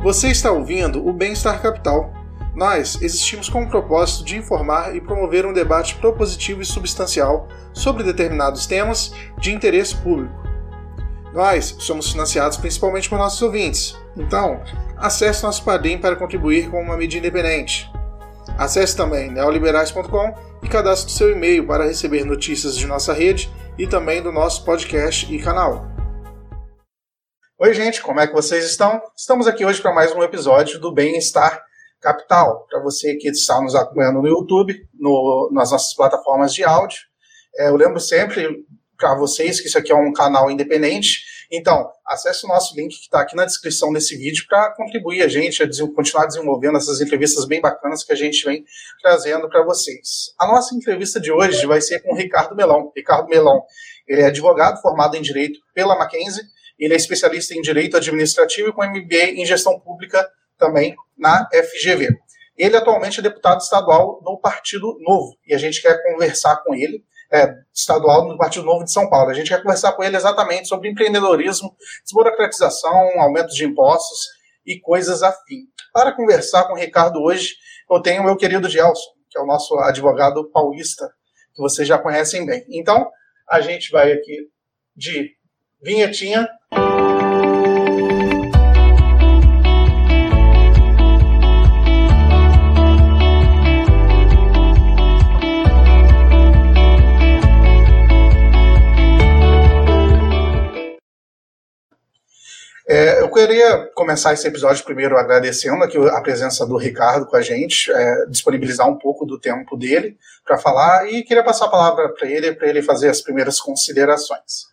Você está ouvindo o Bem-Estar Capital. Nós existimos com o propósito de informar e promover um debate propositivo e substancial sobre determinados temas de interesse público. Nós somos financiados principalmente por nossos ouvintes, então acesse nosso Padrim para contribuir com uma mídia independente. Acesse também neoliberais.com e cadastre seu e-mail para receber notícias de nossa rede e também do nosso podcast e canal. Oi gente, como é que vocês estão? Estamos aqui hoje para mais um episódio do Bem-Estar Capital. Para você que está nos acompanhando no YouTube, nas nossas plataformas de áudio. Eu lembro sempre para vocês que isso aqui é um canal independente. Então, acesse o nosso link que está aqui na descrição desse vídeo para contribuir a gente a continuar desenvolvendo essas entrevistas bem bacanas que a gente vem trazendo para vocês. A nossa entrevista de hoje vai ser com o Ricardo Melão. Ricardo Melão, ele é advogado formado em Direito pela Mackenzie, ele é especialista em Direito Administrativo e com MBA em Gestão Pública também na FGV. Ele atualmente é deputado estadual do Partido Novo e a gente quer conversar com ele, estadual do Partido Novo de São Paulo. A gente quer conversar com ele exatamente sobre empreendedorismo, desburocratização, aumento de impostos e coisas afim. Para conversar com o Ricardo hoje, eu tenho o meu querido Gelson, que é o nosso advogado paulista, que vocês já conhecem bem. Então, a gente vai aqui de vinhetinha. Eu queria começar esse episódio primeiro agradecendo aqui a presença do Ricardo com a gente, disponibilizar um pouco do tempo dele para falar e queria passar a palavra para ele fazer as primeiras considerações.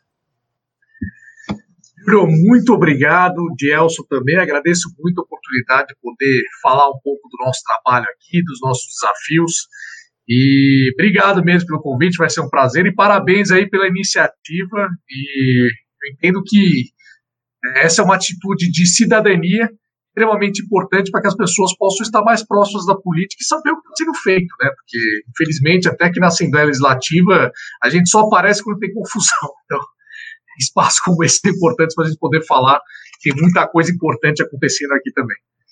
Muito obrigado, Gelson, também agradeço muito a oportunidade de poder falar um pouco do nosso trabalho aqui, dos nossos desafios, e obrigado mesmo pelo convite, vai ser um prazer, e parabéns aí pela iniciativa, e eu entendo que essa é uma atitude de cidadania extremamente importante para que as pessoas possam estar mais próximas da política e saber o que está sendo feito, né? Porque, infelizmente, até que na Assembleia Legislativa a gente só aparece quando tem confusão. Então, espaços como esse são importantes para a gente poder falar. Tem muita coisa importante acontecendo aqui também.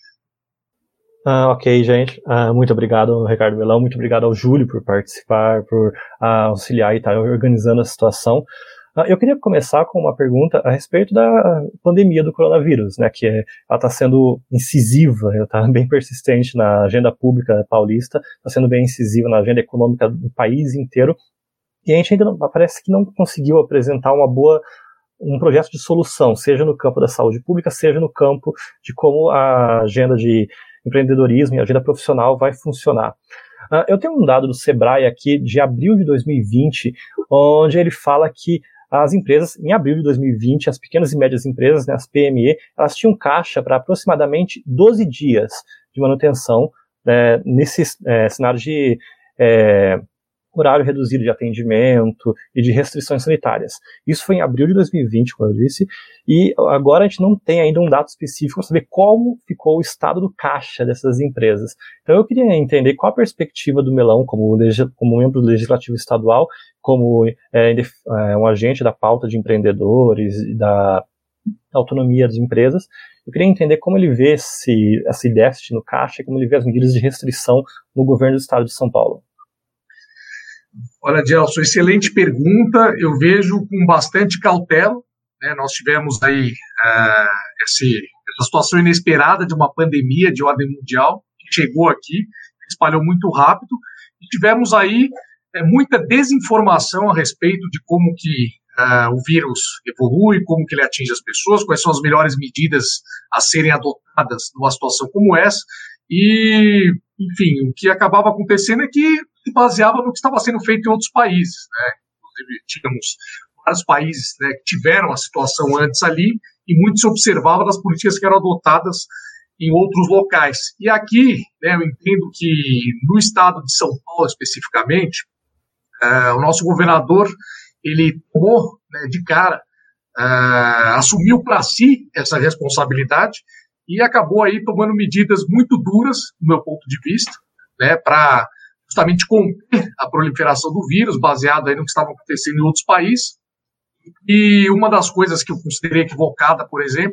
Ok, gente. Muito obrigado, Ricardo Melão. Muito obrigado ao Júlio por participar, por auxiliar e estar organizando a situação. Eu queria começar com uma pergunta a respeito da pandemia do coronavírus, né, que ela está sendo incisiva, ela está bem persistente na agenda pública paulista, está sendo bem incisiva na agenda econômica do país inteiro, e a gente ainda parece que não conseguiu apresentar um projeto de solução, seja no campo da saúde pública, seja no campo de como a agenda de empreendedorismo e a agenda profissional vai funcionar. Eu tenho um dado do Sebrae aqui de abril de 2020, onde ele fala que as empresas, em abril de 2020, as pequenas e médias empresas, né, as PME, elas tinham caixa para aproximadamente 12 dias de manutenção nesse cenário de horário reduzido de atendimento e de restrições sanitárias. Isso foi em abril de 2020, como eu disse, e agora a gente não tem ainda um dado específico para saber como ficou o estado do caixa dessas empresas. Então eu queria entender qual a perspectiva do Melão como membro do Legislativo Estadual, como um agente da pauta de empreendedores e da autonomia das empresas. Eu queria entender como ele vê esse déficit no caixa e como ele vê as medidas de restrição no governo do Estado de São Paulo. Olha, Gelson, excelente pergunta, eu vejo com bastante cautela, né? Nós tivemos aí essa situação inesperada de uma pandemia de ordem mundial, que chegou aqui, espalhou muito rápido, e tivemos aí muita desinformação a respeito de como que o vírus evolui, como que ele atinge as pessoas, quais são as melhores medidas a serem adotadas numa situação como essa, e, enfim, o que acabava acontecendo é que se baseava no que estava sendo feito em outros países, né? Inclusive, tínhamos vários países, né, que tiveram a situação antes ali, e muito se observava das políticas que eram adotadas em outros locais. E aqui, né, eu entendo que no estado de São Paulo, especificamente, o nosso governador, ele tomou, né, de cara, assumiu para si essa responsabilidade e acabou aí tomando medidas muito duras, do meu ponto de vista, né, para justamente conter a proliferação do vírus, baseado aí no que estava acontecendo em outros países. E uma das coisas que eu considerei equivocada, por exemplo,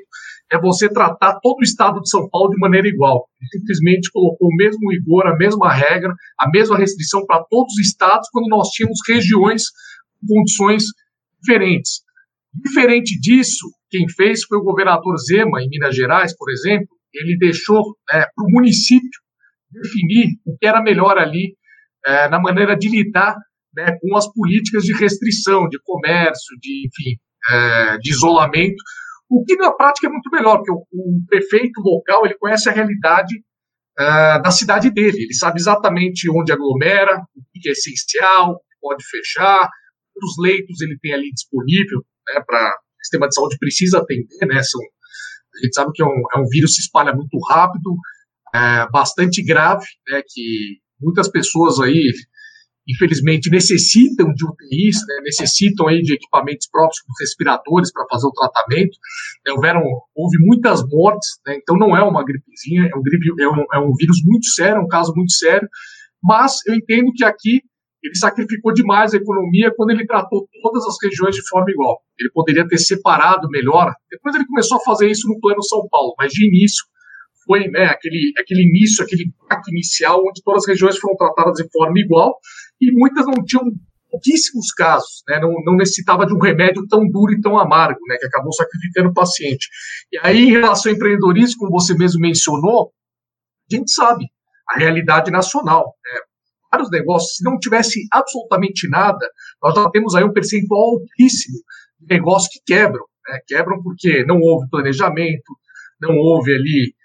é você tratar todo o estado de São Paulo de maneira igual. Ele simplesmente colocou o mesmo rigor, a mesma regra, a mesma restrição para todos os estados, quando nós tínhamos regiões com condições diferentes. Diferente disso, quem fez foi o governador Zema, em Minas Gerais, por exemplo. Ele deixou para o município definir o que era melhor ali na maneira de lidar, né, com as políticas de restrição, de comércio, de isolamento, o que na prática é muito melhor, porque o prefeito local ele conhece a realidade da cidade dele, ele sabe exatamente onde aglomera, o que é essencial, o que pode fechar, quantos leitos ele tem ali disponível, né, para o sistema de saúde precisa atender, né, a gente sabe que é um vírus que se espalha muito rápido, bastante grave, né, que muitas pessoas aí, infelizmente, necessitam de UTIs, né, necessitam aí de equipamentos próprios, como respiradores, para fazer o tratamento. Houve muitas mortes, né, então não é uma gripezinha, é um vírus muito sério, é um caso muito sério, mas eu entendo que aqui ele sacrificou demais a economia quando ele tratou todas as regiões de forma igual. Ele poderia ter separado melhor, depois ele começou a fazer isso no Plano São Paulo, mas de início foi, né, aquele início, aquele impacto inicial, onde todas as regiões foram tratadas de forma igual, e muitas não tinham pouquíssimos casos, né, não necessitava de um remédio tão duro e tão amargo, né, que acabou sacrificando o paciente. E aí, em relação ao empreendedorismo, como você mesmo mencionou, a gente sabe a realidade nacional, né, vários negócios, se não tivesse absolutamente nada, nós já temos aí um percentual altíssimo de negócios que quebram, né, quebram porque não houve planejamento, não houve ali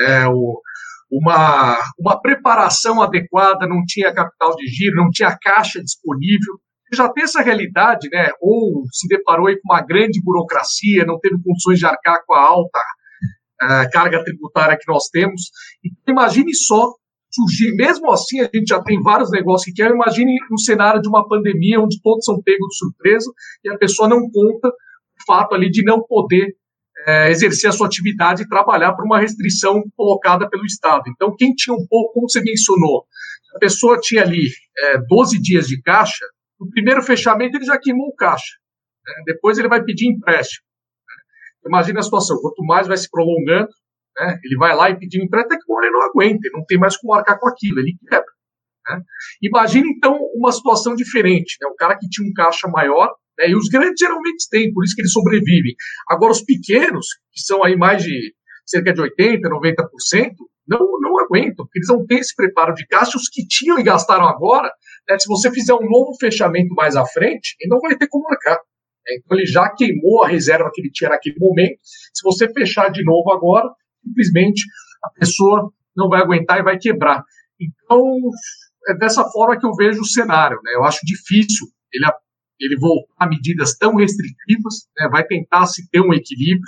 uma preparação adequada, não tinha capital de giro, não tinha caixa disponível. Já tem essa realidade, né? Ou se deparou aí com uma grande burocracia, não teve condições de arcar com a alta carga tributária que nós temos. Então, imagine só surgir, mesmo assim a gente já tem vários negócios que querem, imagine um cenário de uma pandemia onde todos são pegos de surpresa e a pessoa não conta o fato ali de não poder exercer a sua atividade e trabalhar por uma restrição colocada pelo Estado. Então, quem tinha um pouco, como você mencionou, a pessoa tinha ali 12 dias de caixa, no primeiro fechamento ele já queimou o caixa, né? Depois ele vai pedir empréstimo. Né? Imagina a situação, quanto mais vai se prolongando, né? Ele vai lá e pedir empréstimo, até que ele não aguenta, ele não tem mais como arcar com aquilo, ele quebra. Né? Imagina, então, uma situação diferente, né? O cara que tinha um caixa maior, e os grandes geralmente têm, por isso que eles sobrevivem. Agora, os pequenos, que são aí mais de cerca de 80%, 90%, não aguentam, porque eles não têm esse preparo de caixa. Os que tinham e gastaram agora, né, se você fizer um novo fechamento mais à frente, ele não vai ter como marcar. Então, ele já queimou a reserva que ele tinha naquele momento. Se você fechar de novo agora, simplesmente a pessoa não vai aguentar e vai quebrar. Então, é dessa forma que eu vejo o cenário, né? Eu acho difícil ele voltar a medidas tão restritivas, né, vai tentar se ter um equilíbrio.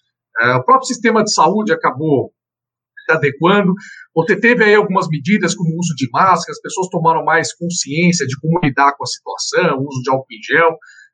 O próprio sistema de saúde acabou se adequando. Você teve aí algumas medidas, como o uso de máscara, as pessoas tomaram mais consciência de como lidar com a situação, o uso de álcool em gel.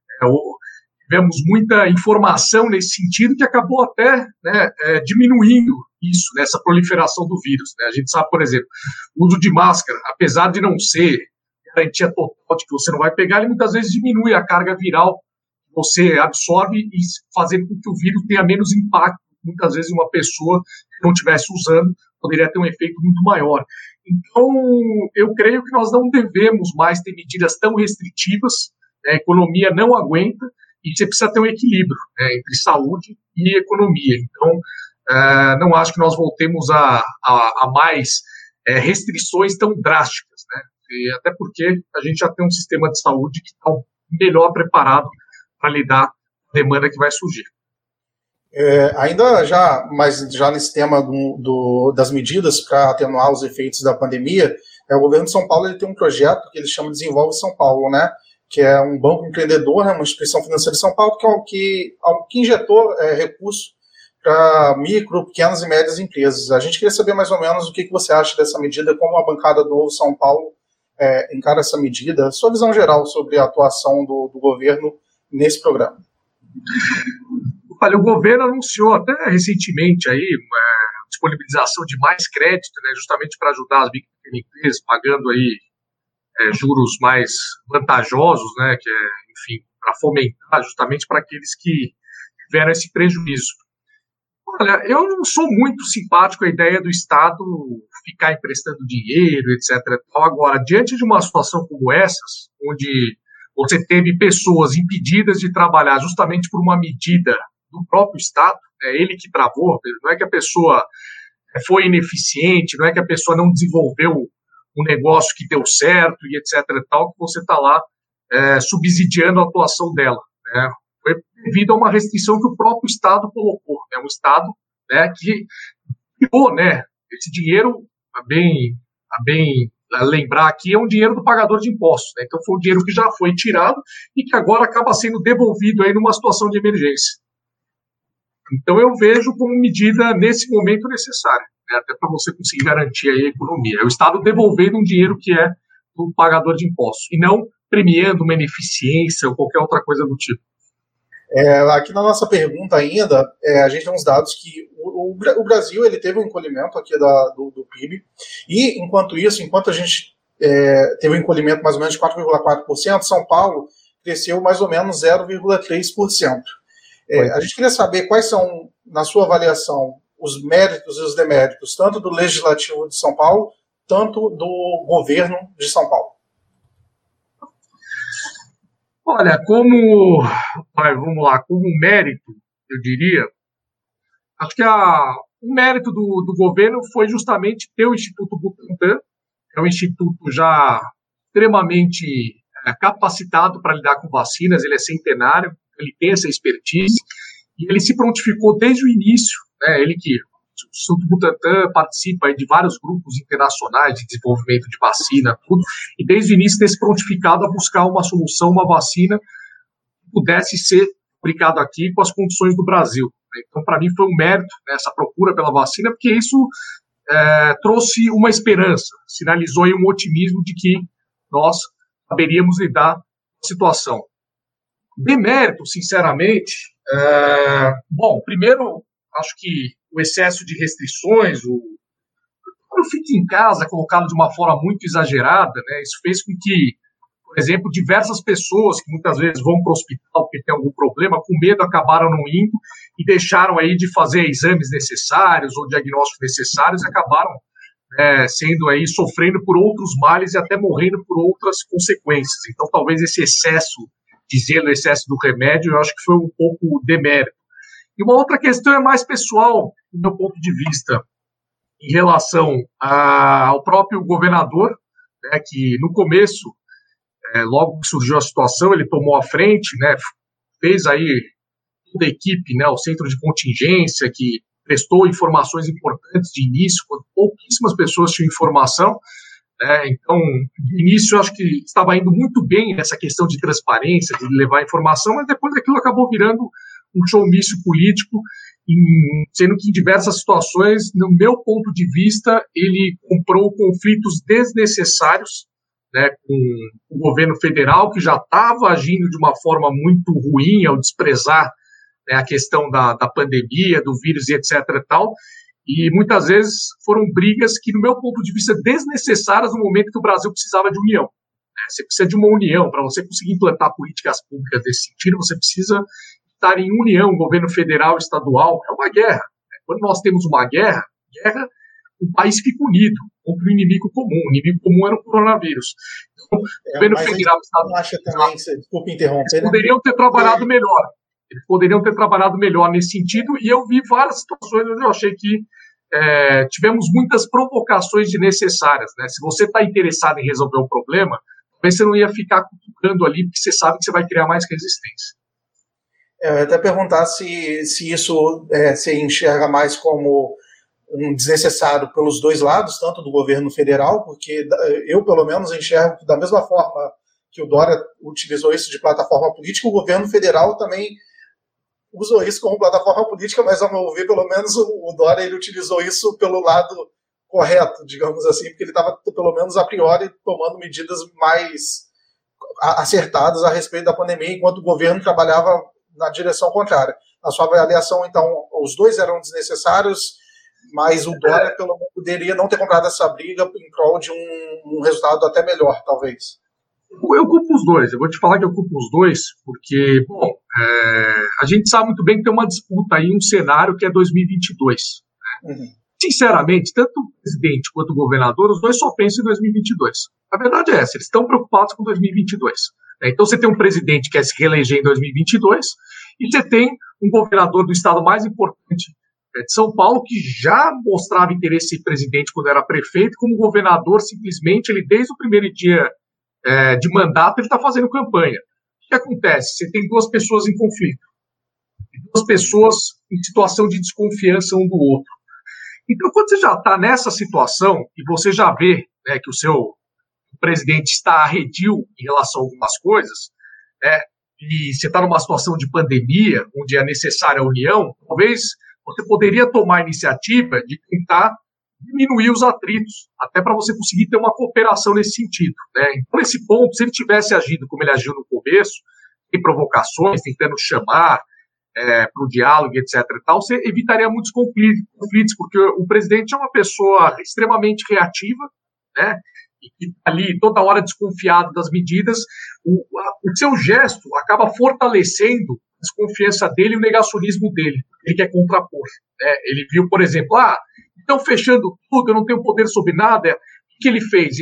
Tivemos muita informação nesse sentido que acabou até, né, diminuindo isso, né, essa proliferação do vírus. Né? A gente sabe, por exemplo, o uso de máscara, apesar de não ser garantia total de que você não vai pegar, ele muitas vezes diminui a carga viral que você absorve e fazendo com que o vírus tenha menos impacto. Muitas vezes uma pessoa que não estivesse usando poderia ter um efeito muito maior. Então, eu creio que nós não devemos mais ter medidas tão restritivas, né? A economia não aguenta e você precisa ter um equilíbrio, né, entre saúde e economia. Então, não acho que nós voltemos a mais restrições tão drásticas, né? E até porque a gente já tem um sistema de saúde que está melhor preparado para lidar com a demanda que vai surgir. Mas já nesse tema das medidas para atenuar os efeitos da pandemia, o governo de São Paulo ele tem um projeto que ele chama Desenvolve São Paulo, né? Que é um banco empreendedor, né, uma instituição financeira de São Paulo que injetou recursos para micro, pequenas e médias empresas. A gente queria saber mais ou menos o que você acha dessa medida, como a bancada do Novo São Paulo encara essa medida, sua visão geral sobre a atuação do governo nesse programa. Olha, o governo anunciou até recentemente aí uma disponibilização de mais crédito, né, justamente para ajudar as empresas, pagando aí juros mais vantajosos, né, que enfim, para fomentar justamente para aqueles que tiveram esse prejuízo. Olha, eu não sou muito simpático à ideia do Estado ficar emprestando dinheiro, etc. Agora, diante de uma situação como essas, onde você teve pessoas impedidas de trabalhar justamente por uma medida do próprio Estado, é ele que travou, não é que a pessoa foi ineficiente, não é que a pessoa não desenvolveu um negócio que deu certo e etc. que você está lá subsidiando a atuação dela, né? Foi devido a uma restrição que o próprio Estado colocou. É um Estado, né, que criou, né, esse dinheiro, a bem lembrar aqui, é um dinheiro do pagador de impostos. Né? Então foi um dinheiro que já foi tirado e que agora acaba sendo devolvido aí numa situação de emergência. Então eu vejo como medida, nesse momento, necessária, né, até para você conseguir garantir aí a economia. É o Estado devolvendo um dinheiro que é do pagador de impostos, e não premiando uma ineficiência ou qualquer outra coisa do tipo. Aqui na nossa pergunta ainda, a gente tem uns dados que o Brasil ele teve um encolhimento aqui do PIB, e enquanto a gente teve um encolhimento mais ou menos de 4,4%, São Paulo cresceu mais ou menos 0,3%. A gente queria saber quais são, na sua avaliação, os méritos e os deméritos, tanto do Legislativo de São Paulo, tanto do governo de São Paulo. Olha, como mérito, eu diria, acho que o mérito do governo foi justamente ter o Instituto Butantan, que é um instituto já extremamente capacitado para lidar com vacinas, ele é centenário, ele tem essa expertise, e ele se prontificou desde o início, né, o Instituto Butantan participa aí de vários grupos internacionais de desenvolvimento de vacina, tudo, e desde o início tem se prontificado a buscar uma solução, uma vacina que pudesse ser aplicada aqui com as condições do Brasil. Então, para mim, foi um mérito, né, essa procura pela vacina, porque isso trouxe uma esperança, sinalizou aí um otimismo de que nós saberíamos lidar com a situação. Demérito, sinceramente, primeiro, acho que o excesso de restrições, o fique em casa, colocado de uma forma muito exagerada, né, isso fez com que, por exemplo, diversas pessoas que muitas vezes vão para o hospital porque tem algum problema, com medo acabaram não indo e deixaram aí de fazer exames necessários ou diagnósticos necessários e acabaram sendo aí, sofrendo por outros males e até morrendo por outras consequências. Então, talvez esse excesso de zelo, excesso do remédio, eu acho que foi um pouco demérito. E uma outra questão é mais pessoal, do meu ponto de vista, em relação ao próprio governador, né, que no começo, logo que surgiu a situação, ele tomou a frente, né, fez aí toda a equipe, né, o centro de contingência, que prestou informações importantes de início, quando pouquíssimas pessoas tinham informação. Então, de início, eu acho que estava indo muito bem essa questão de transparência, de levar informação, mas depois aquilo acabou virando um showmício político, sendo que em diversas situações, no meu ponto de vista, ele comprou conflitos desnecessários, né, com o governo federal, que já estava agindo de uma forma muito ruim ao desprezar, né, a questão da pandemia, do vírus e etc. E muitas vezes foram brigas que, no meu ponto de vista, desnecessárias no momento que o Brasil precisava de união. Você precisa de uma união. Para você conseguir implantar políticas públicas desse sentido, você precisa estar em união, governo federal, estadual. É uma guerra. Quando nós temos uma guerra, o país fica unido contra o inimigo comum. O inimigo comum era o coronavírus. Então, o governo federal, estadual, desculpa interromper, poderiam ter trabalhado melhor. Eles poderiam ter trabalhado melhor nesse sentido, e eu vi várias situações onde eu achei que tivemos muitas provocações desnecessárias, né? Se você está interessado em resolver o problema, talvez você não ia ficar cutucando ali, porque você sabe que você vai criar mais resistência. Eu ia até perguntar se isso você enxerga mais como um desnecessário pelos dois lados, tanto do governo federal, porque eu, pelo menos, enxergo que da mesma forma que o Dória utilizou isso de plataforma política, o governo federal também usou isso como plataforma política, mas, ao meu ver, pelo menos o Dória ele utilizou isso pelo lado correto, digamos assim, porque ele estava, pelo menos a priori, tomando medidas mais acertadas a respeito da pandemia, enquanto o governo trabalhava na direção contrária. Na sua avaliação, então, os dois eram desnecessários, mas o Dória, pelo menos, poderia não ter comprado essa briga em prol de um resultado até melhor, talvez. Eu culpo os dois, eu vou te falar que eu culpo os dois, porque, bom, a gente sabe muito bem que tem uma disputa aí, um cenário que é 2022. Né? Uhum. Sinceramente, tanto o presidente quanto o governador, os dois só pensam em 2022. A verdade é essa, eles estão preocupados com 2022. Né? Então você tem um presidente que quer se reeleger em 2022 e você tem um governador do estado mais importante de São Paulo que já mostrava interesse em presidente quando era prefeito, como governador simplesmente, ele desde o primeiro dia de mandato, ele está fazendo campanha. O que acontece? Você tem duas pessoas em conflito, duas pessoas em situação de desconfiança um do outro. Então, quando você já está nessa situação e você já vê, né, que o seu presidente está arredio em relação a algumas coisas, né, e você está numa situação de pandemia, onde é necessária a união, talvez você poderia tomar a iniciativa de tentar diminuir os atritos, até para você conseguir ter uma cooperação nesse sentido. Né? Então, nesse ponto, se ele tivesse agido como ele agiu no começo, em provocações, tentando chamar para o diálogo, etc. e tal, você evitaria muitos conflitos, porque o presidente é uma pessoa extremamente reativa, né? E que está ali toda hora desconfiado das medidas. O seu gesto acaba fortalecendo a desconfiança dele e o negacionismo dele. Ele quer contrapor. Né? Ele viu, por exemplo, estão fechando tudo, eu não tenho poder sobre nada. O que ele fez?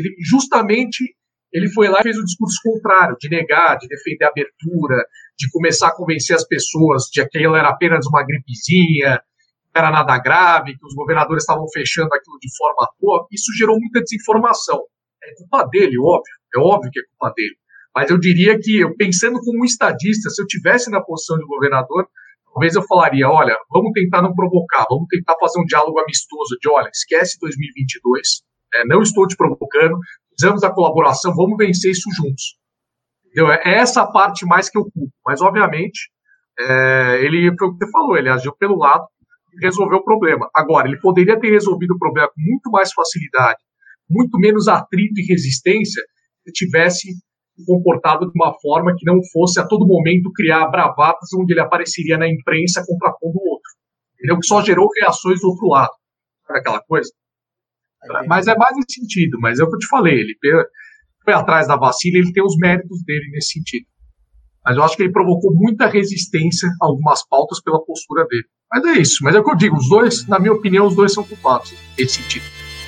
Ele foi lá e fez o discurso contrário, de negar, de defender a abertura, de começar a convencer as pessoas de que aquilo era apenas uma gripezinha, não era nada grave, que os governadores estavam fechando aquilo de forma à toa. Isso gerou muita desinformação. É culpa dele, óbvio. É óbvio que é culpa dele. Mas eu diria que, pensando como um estadista, se eu tivesse na posição de governador, talvez eu falaria, olha, vamos tentar não provocar, vamos tentar fazer um diálogo amistoso de, olha, esquece 2022, não estou te provocando, precisamos da colaboração, vamos vencer isso juntos. Entendeu? É essa parte mais que eu culpo. Mas, obviamente, ele, foi o que você falou, ele agiu pelo lado e resolveu o problema. Agora, ele poderia ter resolvido o problema com muito mais facilidade, muito menos atrito e resistência, se tivesse se comportado de uma forma que não fosse a todo momento criar bravatas onde ele apareceria na imprensa contrapondo o outro. Entendeu? Que só gerou reações do outro lado. Sabe aquela coisa? Mas é mais nesse sentido, mas é o que eu te falei, ele foi atrás da vacina, ele tem os méritos dele nesse sentido. Mas eu acho que ele provocou muita resistência a algumas pautas pela postura dele. Mas é isso, mas é o que eu digo, os dois, na minha opinião, os dois são culpados nesse sentido.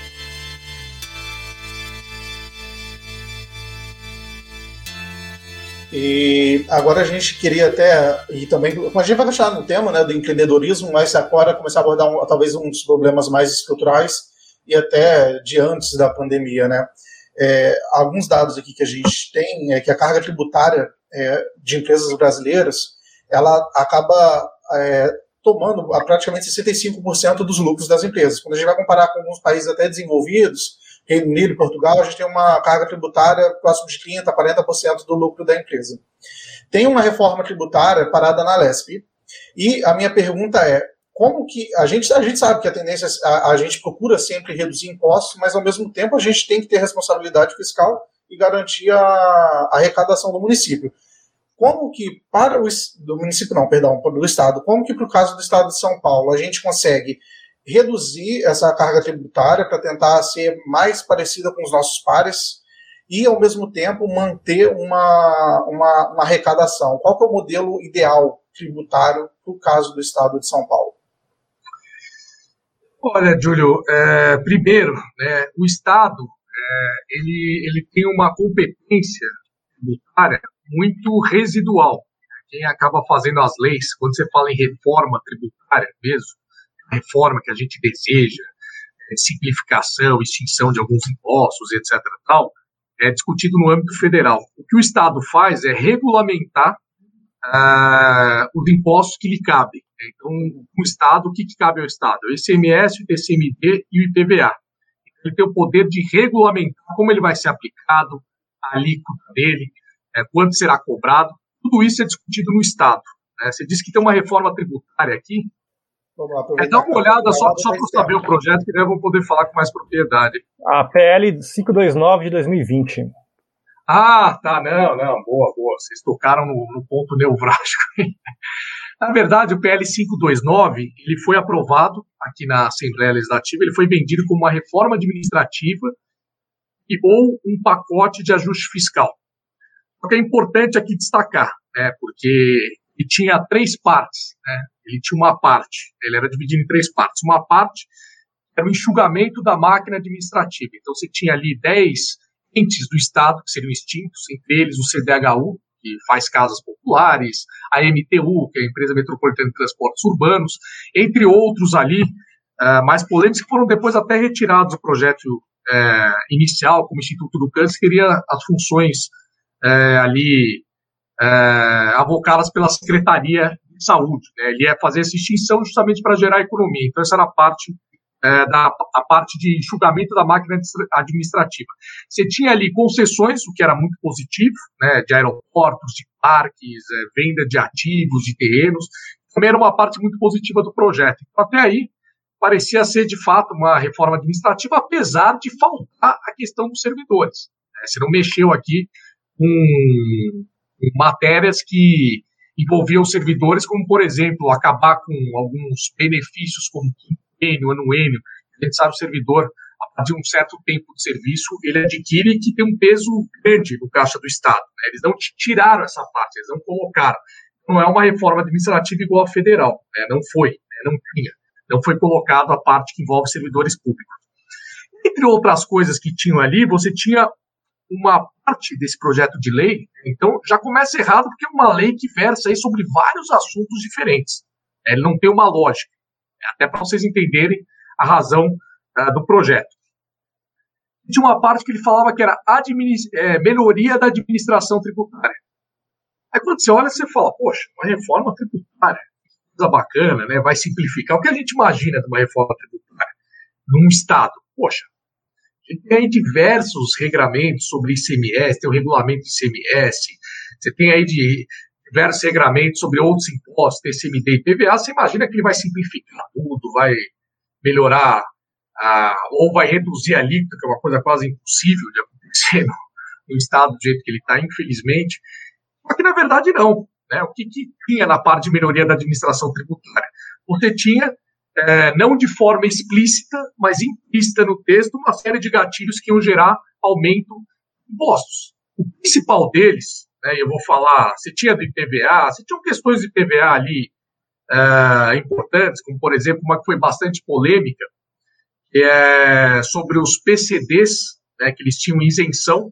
E agora a gente queria até, e também, a gente vai deixar no tema, né, do empreendedorismo, mas agora começar a abordar talvez um dos problemas mais estruturais e até de antes da pandemia, né? Alguns dados aqui que a gente tem é que a carga tributária de empresas brasileiras, ela acaba tomando praticamente 65% dos lucros das empresas. Quando a gente vai comparar com alguns países até desenvolvidos, Reino Unido e Portugal, a gente tem uma carga tributária próximo de 30% a 40% do lucro da empresa. Tem uma reforma tributária parada na LESP, e a minha pergunta é, como que a gente sabe que a tendência a gente procura sempre reduzir impostos, mas ao mesmo tempo a gente tem que ter responsabilidade fiscal e garantir a arrecadação do município. Como que para o Estado, como que para o caso do Estado de São Paulo a gente consegue reduzir essa carga tributária para tentar ser mais parecida com os nossos pares e, ao mesmo tempo, manter uma arrecadação? Qual que é o modelo ideal tributário para o caso do Estado de São Paulo? Olha, Júlio, primeiro, né, o Estado ele tem uma competência tributária muito residual. Quem acaba fazendo as leis, quando você fala em reforma tributária mesmo, reforma que a gente deseja, simplificação, extinção de alguns impostos, etc. tal, é discutido no âmbito federal. O que o Estado faz é regulamentar os impostos que lhe cabem. Então, o Estado, o que cabe ao Estado? O ICMS, o ITCMD e o IPVA. Ele tem o poder de regulamentar como ele vai ser aplicado, a alíquota dele, quanto será cobrado. Tudo isso é discutido no Estado. Você disse que tem uma reforma tributária aqui. Dá uma olhada só para saber o projeto, que daí eu vou poder falar com mais propriedade. A PL 529 de 2020. Ah, tá, não, boa. Vocês tocaram no ponto nevrálgico. Na verdade, o PL 529, ele foi aprovado aqui na Assembleia Legislativa, ele foi vendido como uma reforma administrativa ou um pacote de ajuste fiscal. Só que é importante aqui destacar, né, porque ele tinha 3 partes, né? Ele tinha uma parte, ele era dividido em 3 partes. Uma parte era o enxugamento da máquina administrativa. Então, você tinha ali 10 entes do Estado que seriam extintos, entre eles o CDHU, que faz casas populares, a MTU, que é a Empresa Metropolitana de Transportes Urbanos, entre outros ali, mais polêmicos, que foram depois até retirados do projeto inicial, como Instituto do Câncer, que teria as funções ali avocadas pela Secretaria de Saúde, né? Ele ia fazer essa extinção justamente para gerar economia. Então, essa era a parte de enxugamento da máquina administrativa. Você tinha ali concessões, o que era muito positivo, né, de aeroportos, de parques, venda de ativos, de terrenos, também era uma parte muito positiva do projeto. Então, até aí, parecia ser, de fato, uma reforma administrativa, apesar de faltar a questão dos servidores, né? Você não mexeu aqui com matérias que envolviam os servidores, como, por exemplo, acabar com alguns benefícios como quinquênio, anuênio. A gente sabe que o servidor, a partir de um certo tempo de serviço, ele adquire que tem um peso grande no caixa do Estado, né? Eles não tiraram essa parte, eles não colocaram. Não é uma reforma administrativa igual à federal, né? Não foi, né? Não tinha. Não foi colocado a parte que envolve servidores públicos. Entre outras coisas que tinham ali, você tinha uma parte desse projeto de lei, então já começa errado, porque é uma lei que versa aí sobre vários assuntos diferentes. Ele não tem uma lógica, até para vocês entenderem a razão do projeto. Tinha uma parte que ele falava que era melhoria da administração tributária. Aí quando você olha, você fala, poxa, uma reforma tributária, coisa bacana, né? Vai simplificar. O que a gente imagina de uma reforma tributária num Estado? Poxa, a gente tem aí diversos regramentos sobre ICMS, tem o regulamento do ICMS, você tem aí diversos regramentos sobre outros impostos, TCMD e PVA, você imagina que ele vai simplificar tudo, vai melhorar, ou vai reduzir a alíquota, que é uma coisa quase impossível de acontecer no Estado do jeito que ele está, infelizmente. Só que, na verdade, não, né? O que tinha na parte de melhoria da administração tributária? Você tinha, não de forma explícita, mas implícita no texto, uma série de gatilhos que iam gerar aumento de impostos. O principal deles, né, eu vou falar, você tinha do IPVA, você tinha questões de IPVA ali importantes, como, por exemplo, uma que foi bastante polêmica, que é sobre os PCDs, né, que eles tinham isenção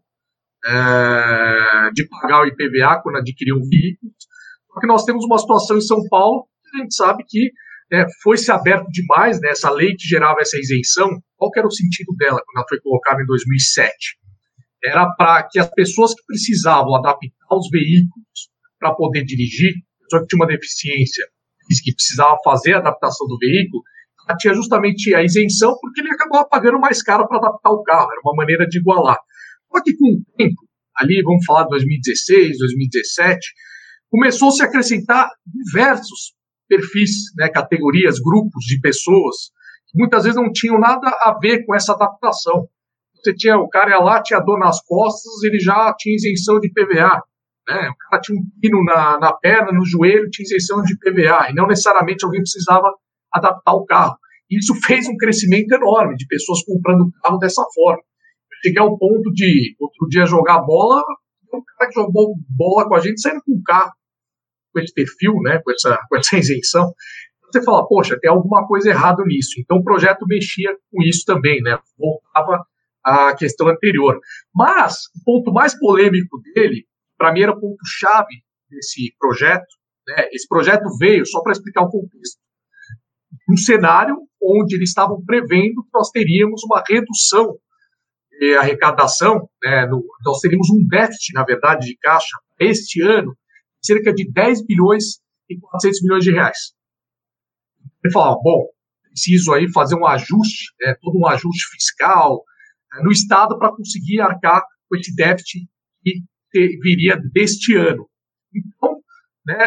de pagar o IPVA quando adquiriam veículos. Só que nós temos uma situação em São Paulo que a gente sabe que foi se aberto demais, né, essa lei que gerava essa isenção. Qual que era o sentido dela quando ela foi colocada em 2007? Era para que as pessoas que precisavam adaptar os veículos para poder dirigir, só que tinha uma deficiência, que precisava fazer a adaptação do veículo, ela tinha justamente a isenção, porque ele acabava pagando mais caro para adaptar o carro, era uma maneira de igualar. Só que com o tempo, ali vamos falar de 2016, 2017, começou-se a acrescentar diversos perfis, né, categorias, grupos de pessoas, que muitas vezes não tinham nada a ver com essa adaptação. Você tinha, o cara ia lá, tinha dor nas costas, ele já tinha isenção de PVA. Né? O cara tinha um pino na perna, no joelho, tinha isenção de PVA, e não necessariamente alguém precisava adaptar o carro. E isso fez um crescimento enorme de pessoas comprando o carro dessa forma. Eu cheguei ao ponto de, outro dia, jogar bola, o cara que jogou bola com a gente saindo com o carro, com esse perfil, né, com essa isenção. Você fala, poxa, tem alguma coisa errada nisso. Então o projeto mexia com isso também, né? Voltava à questão anterior. Mas o ponto mais polêmico dele, para mim, era o ponto-chave desse projeto, né? Esse projeto veio, só para explicar o contexto, um cenário onde eles estavam prevendo que nós teríamos uma redução de arrecadação, né? Nós teríamos um déficit, na verdade, de caixa este ano, de cerca de 10 bilhões e 400 milhões de reais. Ele falava, bom, preciso aí fazer um ajuste, né, todo um ajuste fiscal no Estado para conseguir arcar com esse déficit que viria deste ano. Então, né,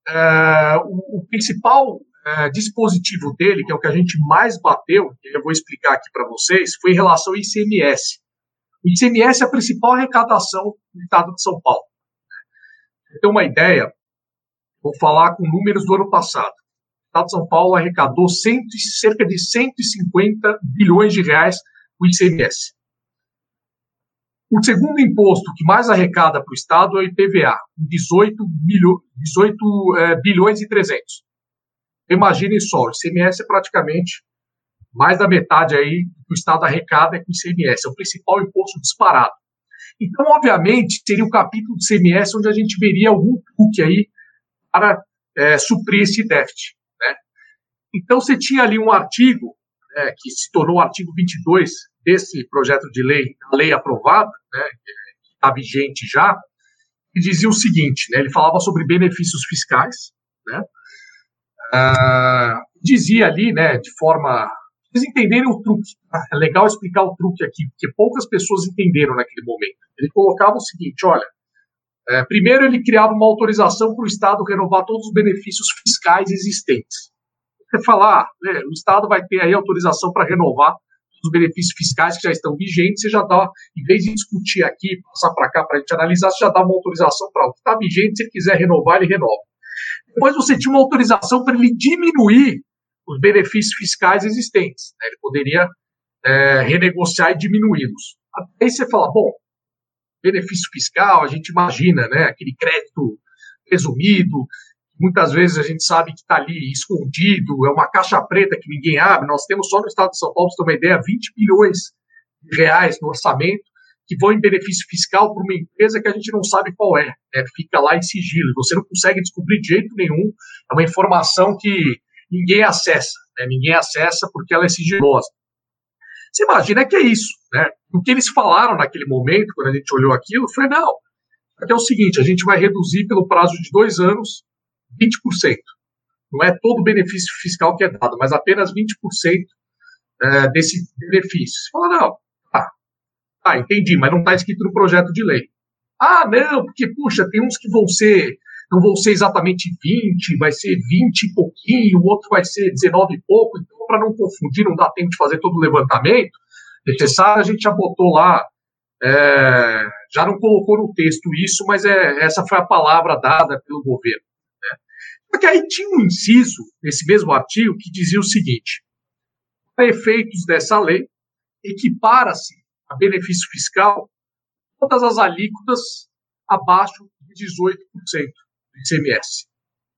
o principal dispositivo dele, que é o que a gente mais bateu, que eu vou explicar aqui para vocês, foi em relação ao ICMS. O ICMS é a principal arrecadação do Estado de São Paulo. Para ter uma ideia, vou falar com números do ano passado. O Estado de São Paulo arrecadou cerca de 150 bilhões de reais o ICMS. O segundo imposto que mais arrecada para o Estado é o IPVA, 18 bilhões e 300. Imaginem só, o ICMS é praticamente mais da metade aí que o Estado arrecada é com o ICMS, é o principal imposto disparado. Então, obviamente, seria um capítulo do ICMS onde a gente veria algum truque aí para suprir esse déficit, né? Então, você tinha ali um artigo, que se tornou o artigo 22 desse projeto de lei, a lei aprovada, né, que está vigente já, que dizia o seguinte, né, ele falava sobre benefícios fiscais, né, dizia ali, né, de forma... Vocês entenderem o truque, tá? É legal explicar o truque aqui, porque poucas pessoas entenderam naquele momento. Ele colocava o seguinte, olha, primeiro ele criava uma autorização para o Estado renovar todos os benefícios fiscais existentes. Você fala, o Estado vai ter aí autorização para renovar os benefícios fiscais que já estão vigentes, você já dá, em vez de discutir aqui, passar para cá para a gente analisar, você já dá uma autorização para o que está vigente, se ele quiser renovar, ele renova. Depois você tinha uma autorização para ele diminuir os benefícios fiscais existentes, né? Ele poderia renegociar e diminuí-los. Aí você fala, bom, benefício fiscal, a gente imagina, né, aquele crédito presumido, muitas vezes a gente sabe que está ali escondido, é uma caixa preta que ninguém abre. Nós temos só no estado de São Paulo, para você ter uma ideia, 20 bilhões de reais no orçamento que vão em benefício fiscal para uma empresa que a gente não sabe qual é, né? Fica lá em sigilo, você não consegue descobrir de jeito nenhum, é uma informação que ninguém acessa, né? Ninguém acessa porque ela é sigilosa. Você imagina que é isso, né? O que eles falaram naquele momento, quando a gente olhou aquilo, foi, não, aqui é o seguinte, a gente vai reduzir pelo prazo de 2 anos 20%. Não é todo o benefício fiscal que é dado, mas apenas 20% desse benefício. Você fala, não, entendi, mas não está escrito no projeto de lei. Não, porque, puxa, tem uns que não vão ser exatamente 20, vai ser 20 e pouquinho, o outro vai ser 19 e pouco, então, para não confundir, não dá tempo de fazer todo o levantamento necessário, a gente já botou lá, já não colocou no texto isso, mas essa foi a palavra dada pelo governo. Porque aí tinha um inciso, nesse mesmo artigo, que dizia o seguinte, para efeitos dessa lei, equipara-se a benefício fiscal todas as alíquotas abaixo de 18% do ICMS.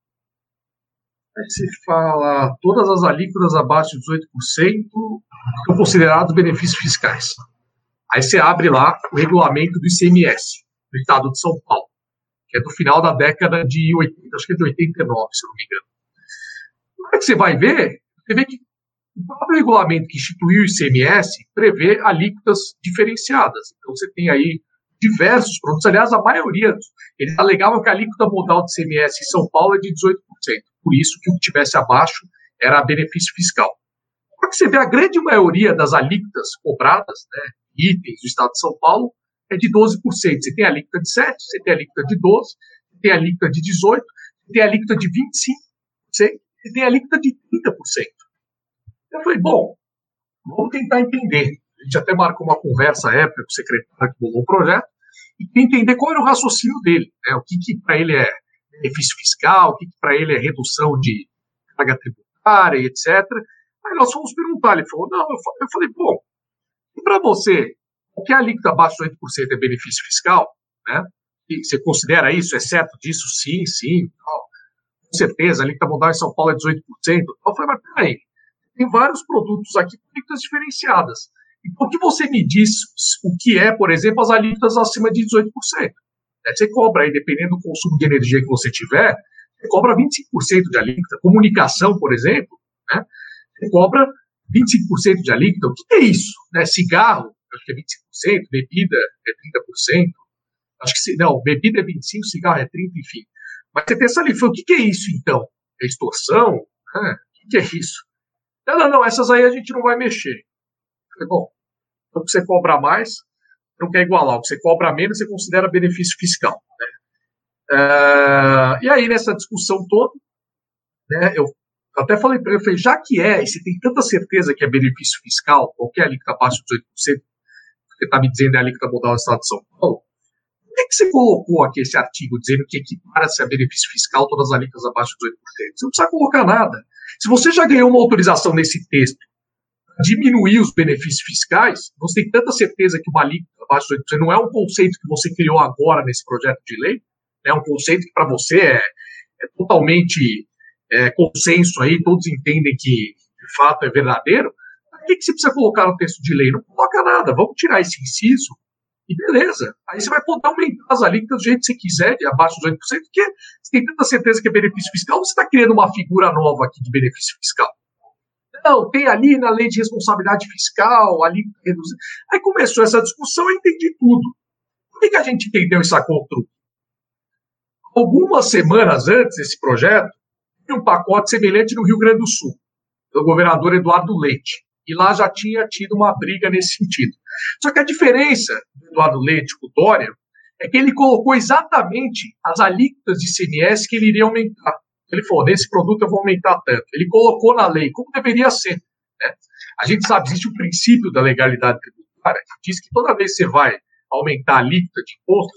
Aí você fala, todas as alíquotas abaixo de 18% são considerados benefícios fiscais. Aí você abre lá o regulamento do ICMS, do estado de São Paulo, que é do final da década de 80, acho que é de 89, se eu não me engano. Na hora que você vai ver, você vê que o próprio regulamento que instituiu o ICMS prevê alíquotas diferenciadas. Então você tem aí diversos produtos, aliás, a maioria, eles alegavam que a alíquota modal do ICMS em São Paulo é de 18%. Por isso que o que tivesse abaixo era benefício fiscal. Porque você vê a grande maioria das alíquotas cobradas, né, itens do estado de São Paulo, é de 12%. Você tem a alíquota de 7%, você tem a alíquota de 12%, você tem a alíquota de 18%, você tem a alíquota de 25%, você tem a alíquota de 30%. Eu falei, bom, vamos tentar entender. A gente até marcou uma conversa à época com o secretário que bolou o projeto, e entender qual era o raciocínio dele, né? O que para ele é benefício fiscal, o que para ele é redução de carga tributária, etc. Aí nós fomos perguntar, ele falou, não, eu falei, bom, e para você, qualquer alíquota abaixo de 8% é benefício fiscal, né? E você considera isso? É certo disso? Sim, sim. Com certeza, a alíquota modal em São Paulo é 18%. Eu falei, mas peraí, tem vários produtos aqui com alíquotas diferenciadas. Então, o que você me diz o que é, por exemplo, as alíquotas acima de 18%? Você cobra aí, dependendo do consumo de energia que você tiver, você cobra 25% de alíquota. Comunicação, por exemplo, né? Você cobra 25% de alíquota. O que é isso? Né? Cigarro, acho que é 25%, bebida é 30%. Acho que não, bebida é 25%, cigarro é 30%, enfim. Mas você tem essa alíquota. O que é isso, então? É extorsão? O que é isso? Não, essas aí a gente não vai mexer. Eu falei, bom, então o que você cobra mais, não quer igualar. O que você cobra menos, você considera benefício fiscal. Né? E aí, nessa discussão toda, né, eu até falei para ele, já que e você tem tanta certeza que é benefício fiscal, qualquer alíquota abaixo de 18%, você está me dizendo é a alíquota modal do estado de São Paulo, por que você colocou aqui esse artigo dizendo que equipara-se a benefício fiscal todas as alíquotas abaixo de 18%? Você não precisa colocar nada. Se você já ganhou uma autorização nesse texto diminuir os benefícios fiscais, você tem tanta certeza que uma alíquota abaixo de 8% não é um conceito que você criou agora nesse projeto de lei, é um conceito que para você é totalmente consenso aí, todos entendem que de fato é verdadeiro. Por que você precisa colocar no texto de lei? Não coloca nada, vamos tirar esse inciso e beleza. Aí você vai poder aumentar as alíquotas do jeito que você quiser, de abaixo dos 8%, porque você tem tanta certeza que é benefício fiscal, você está criando uma figura nova aqui de benefício fiscal. Não, tem ali na lei de responsabilidade fiscal, alíquota reduzida. Aí começou essa discussão, eu entendi tudo. Por que a gente entendeu e sacou o truque? Algumas semanas antes desse projeto, tinha um pacote semelhante no Rio Grande do Sul, do governador Eduardo Leite. E lá já tinha tido uma briga nesse sentido. Só que a diferença do Eduardo Leite com o Dória é que ele colocou exatamente as alíquotas de ICMS que ele iria aumentar. Ele falou, nesse produto eu vou aumentar tanto. Ele colocou na lei, como deveria ser. Né? A gente sabe, existe o princípio da legalidade tributária, que diz que toda vez que você vai aumentar a alíquota de imposto,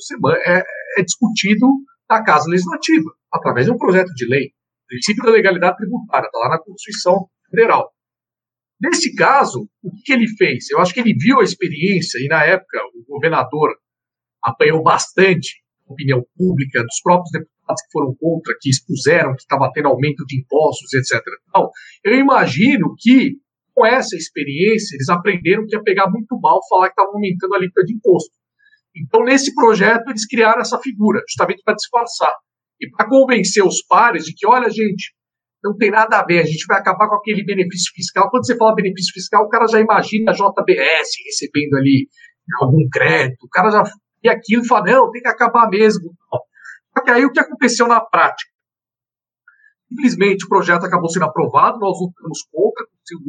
é discutido na Casa Legislativa, através de um projeto de lei. O princípio da legalidade tributária, está lá na Constituição Federal. Nesse caso, o que ele fez? Eu acho que ele viu a experiência, e na época o governador apanhou bastante a opinião pública dos próprios deputados que foram contra, que expuseram que estava tendo aumento de impostos, etc. Eu imagino que, com essa experiência, eles aprenderam que ia pegar muito mal falar que estava aumentando a alíquota de imposto. Então, nesse projeto, eles criaram essa figura, justamente para disfarçar. E para convencer os pares de que, olha, gente, não tem nada a ver, a gente vai acabar com aquele benefício fiscal. Quando você fala benefício fiscal, o cara já imagina a JBS recebendo ali algum crédito, o cara já vê aquilo e fala, não, tem que acabar mesmo. Só que aí o que aconteceu na prática? Simplesmente o projeto acabou sendo aprovado, nós lutamos contra,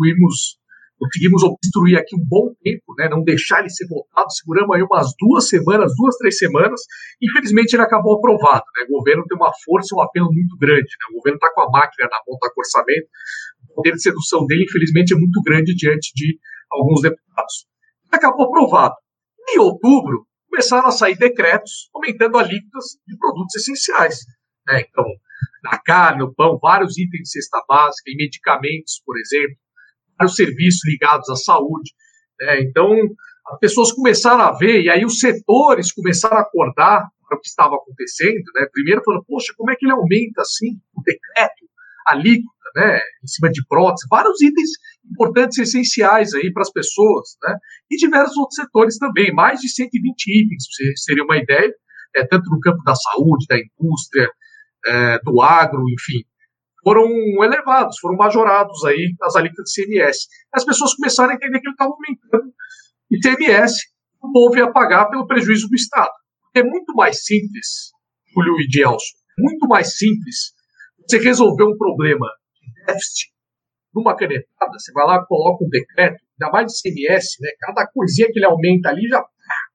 conseguimos obstruir aqui um bom tempo, né, não deixar ele ser votado, seguramos aí umas 2, 3 semanas, infelizmente ele acabou aprovado, né, o governo tem uma força e um apelo muito grande, né, o governo está com a máquina na mão, está com o orçamento, o poder de sedução dele, infelizmente, é muito grande diante de alguns deputados. Acabou aprovado. Em outubro, começaram a sair decretos aumentando alíquotas de produtos essenciais, né, então, na carne, no pão, vários itens de cesta básica, em medicamentos, por exemplo, vários serviços ligados à saúde. Né? Então, as pessoas começaram a ver, e aí os setores começaram a acordar para o que estava acontecendo. Né? Primeiro falando, poxa, como é que ele aumenta assim o decreto, a alíquota, né? Em cima de prótese, vários itens importantes e essenciais aí para as pessoas, né? E diversos outros setores também, mais de 120 itens, para vocês terem uma ideia, tanto no campo da saúde, da indústria, do agro, enfim, foram elevados, foram majorados aí as alíquotas de ICMS. As pessoas começaram a entender que ele estava aumentando ICMS, o povo ia pagar pelo prejuízo do Estado. É muito mais simples, Julio e Gelson, muito mais simples você resolver um problema de déficit numa canetada, você vai lá, coloca um decreto, ainda mais de ICMS, né? Cada coisinha que ele aumenta ali já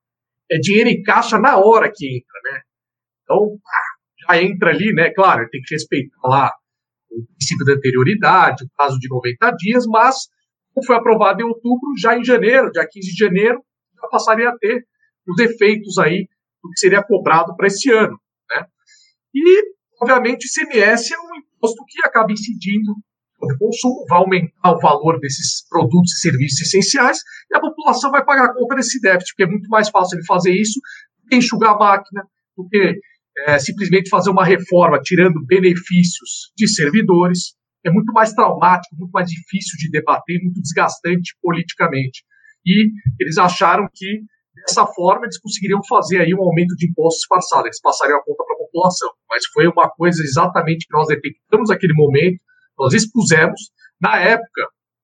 é dinheiro em caixa na hora que entra, né? Então, já entra ali, né? Claro, tem que respeitar lá o princípio da anterioridade, o prazo de 90 dias, mas, como foi aprovado em outubro, já em janeiro, dia 15 de janeiro, já passaria a ter os efeitos aí do que seria cobrado para esse ano, né? E, obviamente, o ICMS é um imposto que acaba incidindo sobre o consumo, vai aumentar o valor desses produtos e serviços essenciais, e a população vai pagar a conta desse déficit, porque é muito mais fácil ele fazer isso do que enxugar a máquina, do que simplesmente fazer uma reforma tirando benefícios de servidores. É muito mais traumático, muito mais difícil de debater, muito desgastante politicamente. E eles acharam que, dessa forma, eles conseguiriam fazer aí um aumento de impostos disfarçado, eles passariam a conta para a população. Mas foi uma coisa exatamente que nós detectamos naquele momento, nós expusemos. Na época,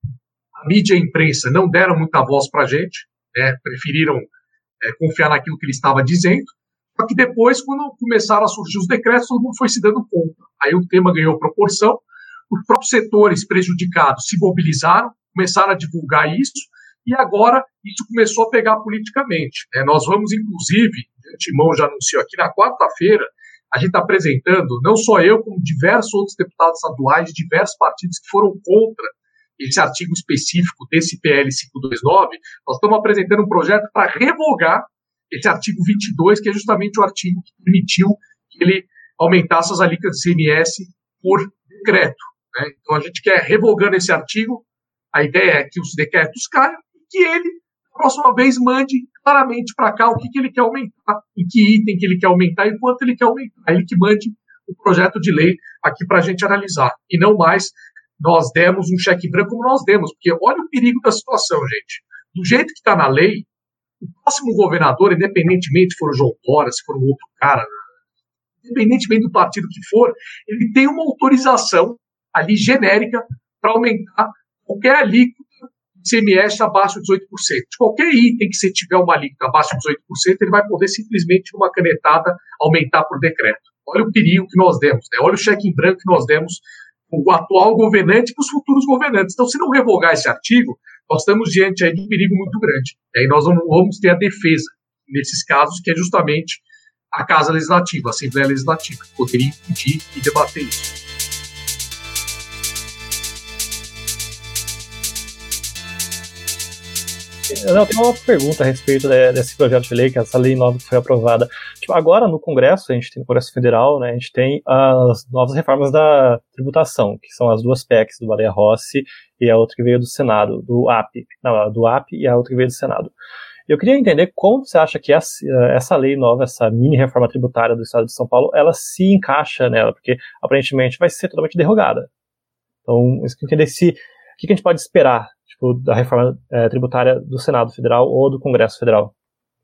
a mídia e a imprensa não deram muita voz para a gente, né, preferiram confiar naquilo que ele estava dizendo. Só que depois, quando começaram a surgir os decretos, todo mundo foi se dando conta. Aí o tema ganhou proporção, os próprios setores prejudicados se mobilizaram, começaram a divulgar isso, e agora isso começou a pegar politicamente. Nós vamos, inclusive, de antemão já anunciou aqui, na quarta-feira, a gente está apresentando, não só eu, como diversos outros deputados estaduais de diversos partidos que foram contra esse artigo específico desse PL 529, nós estamos apresentando um projeto para revogar esse artigo 22, que é justamente o artigo que permitiu que ele aumentasse as alíquotas de ICMS por decreto. Né? Então, a gente quer, revogando esse artigo, A ideia é que os decretos caiam e que ele, na próxima vez, mande claramente para cá o que ele quer aumentar, em que item que ele quer aumentar e quanto ele quer aumentar. Ele que mande o projeto de lei aqui para a gente analisar. E não mais nós demos um cheque branco como nós demos, porque olha o perigo da situação, gente. Do jeito que está na lei, o próximo governador, independentemente se for o João Dória, se for um outro cara, independentemente do partido que for, ele tem uma autorização ali genérica para aumentar qualquer alíquota de ICMS abaixo de 18%. De qualquer item que você tiver uma alíquota abaixo de 18%, ele vai poder simplesmente, numa canetada, aumentar por decreto. Olha o perigo que nós demos, né? Olha o cheque em branco que nós demos o atual governante e para os futuros governantes. Então, se não revogar esse artigo, nós estamos diante aí de um perigo muito grande. E aí nós não vamos ter a defesa nesses casos, que é justamente a Casa Legislativa, a Assembleia Legislativa, que poderia impedir e debater isso. Eu tenho uma pergunta a respeito desse projeto de lei, que essa lei nova que foi aprovada. Tipo, agora no Congresso, a gente tem no Congresso Federal, né, a gente tem as novas reformas da tributação, que são as duas PECs do Baleia Rossi e a outra que veio do Senado, do AP. Não, do AP e a outra que veio do Senado. Eu queria entender como você acha que essa lei nova, essa mini reforma tributária do Estado de São Paulo, ela se encaixa nela, porque aparentemente vai ser totalmente derrogada. Então, eu queria entender o que a gente pode esperar, tipo, da reforma tributária do Senado Federal ou do Congresso Federal.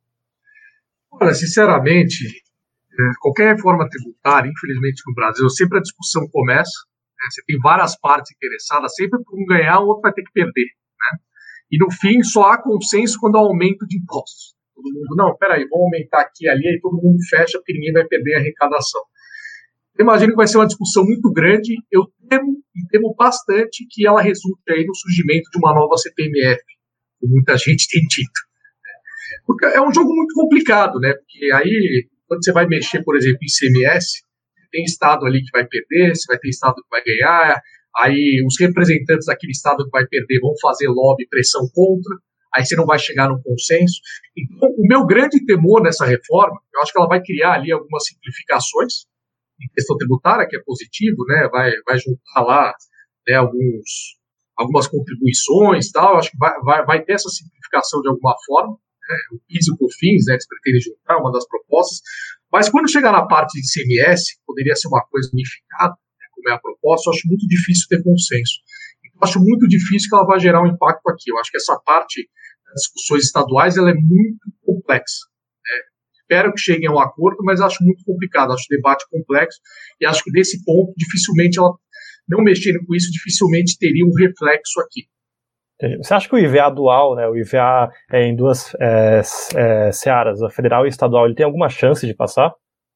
Olha, sinceramente, qualquer reforma tributária, infelizmente no Brasil, sempre a discussão começa, né, você tem várias partes interessadas, sempre por um ganhar, o outro vai ter que perder, né? E no fim, só há consenso quando há aumento de impostos. Todo mundo, não, peraí, vamos aumentar aqui e ali, aí todo mundo fecha porque ninguém vai perder a arrecadação. Eu imagino que vai ser uma discussão muito grande. Eu temo bastante que ela resulte aí no surgimento de uma nova CPMF, como muita gente tem dito. Porque é um jogo muito complicado, né? Porque aí, quando você vai mexer, por exemplo, em ICMS, tem estado ali que vai perder, você vai ter estado que vai ganhar, aí os representantes daquele estado que vai perder vão fazer lobby, pressão contra, aí você não vai chegar num consenso. Então, o meu grande temor nessa reforma, eu acho que ela vai criar ali algumas simplificações em questão tributária, que é positivo, né? Vai juntar lá, né, algumas contribuições e tal, acho que vai ter essa simplificação de alguma forma, né? O PIS e o COFINS, né, que eles pretendem juntar, uma das propostas, mas quando chegar na parte de ICMS, poderia ser uma coisa unificada, né, como é a proposta, eu acho muito difícil ter consenso. Então, acho muito difícil que ela vai gerar um impacto aqui. Eu acho que essa parte das discussões estaduais ela é muito complexa. Espero que cheguem a um acordo, mas acho muito complicado, acho o debate complexo, e acho que desse ponto, dificilmente ela, não mexendo com isso, dificilmente teria um reflexo aqui. Você acha que o IVA dual, né, o IVA em duas searas, a federal e estadual, ele tem alguma chance de passar?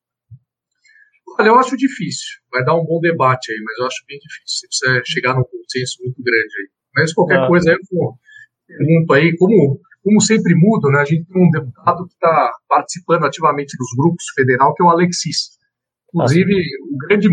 Olha, eu acho difícil, vai dar um bom debate aí, mas eu acho bem difícil, você precisa chegar num consenso muito grande aí. Mas qualquer coisa aí, eu pergunto aí, como sempre muda, né? A gente tem um deputado que está participando ativamente dos grupos federal, que é o Alexis. Inclusive, o grande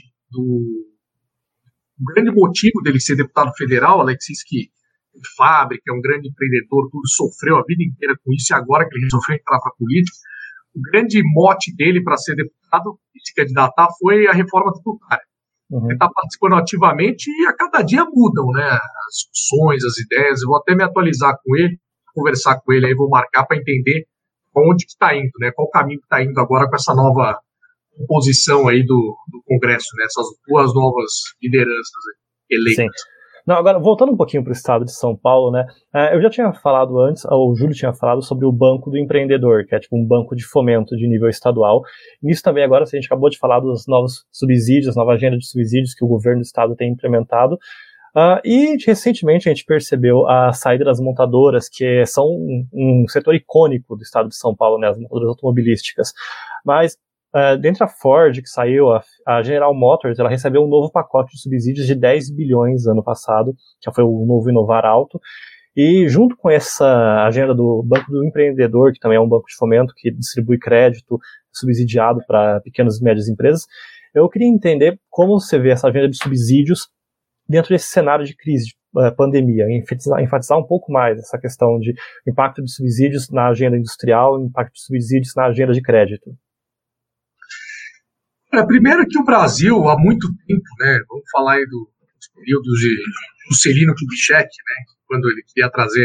motivo dele ser deputado federal, Alexis, que tem fábrica, é um grande empreendedor, tudo sofreu a vida inteira com isso, e agora que ele resolveu entrar para a política, o grande mote dele para ser deputado e se candidatar foi a reforma tributária. Ele está participando ativamente e a cada dia mudam, né? As discussões, as ideias. Eu vou até me atualizar com ele, conversar com ele aí, vou marcar para entender onde que está indo, né? Qual caminho que está indo agora com essa nova composição aí do Congresso, né? Essas duas novas lideranças eleitas. Sim. Não, agora, voltando um pouquinho para o estado de São Paulo, né? Eu já tinha falado antes, o Júlio tinha falado sobre o Banco do Empreendedor, que é tipo um banco de fomento de nível estadual. Nisso também agora, a gente acabou de falar dos novos subsídios, nova agenda de subsídios que o governo do estado tem implementado. E recentemente a gente percebeu a saída das montadoras, que são um setor icônico do estado de São Paulo, né, as montadoras automobilísticas. Mas, dentre a Ford, que saiu, a General Motors, ela recebeu um novo pacote de subsídios de 10 bilhões ano passado, que foi o novo Inovar Alto. E junto com essa agenda do Banco do Empreendedor, que também é um banco de fomento que distribui crédito subsidiado para pequenas e médias empresas, eu queria entender como você vê essa agenda de subsídios dentro desse cenário de crise, de pandemia, enfatizar um pouco mais essa questão de impacto de subsídios na agenda industrial, impacto de subsídios na agenda de crédito. Primeiro que o Brasil, há muito tempo, né, vamos falar aí do os períodos de Juscelino Kubitschek, né, quando ele queria trazer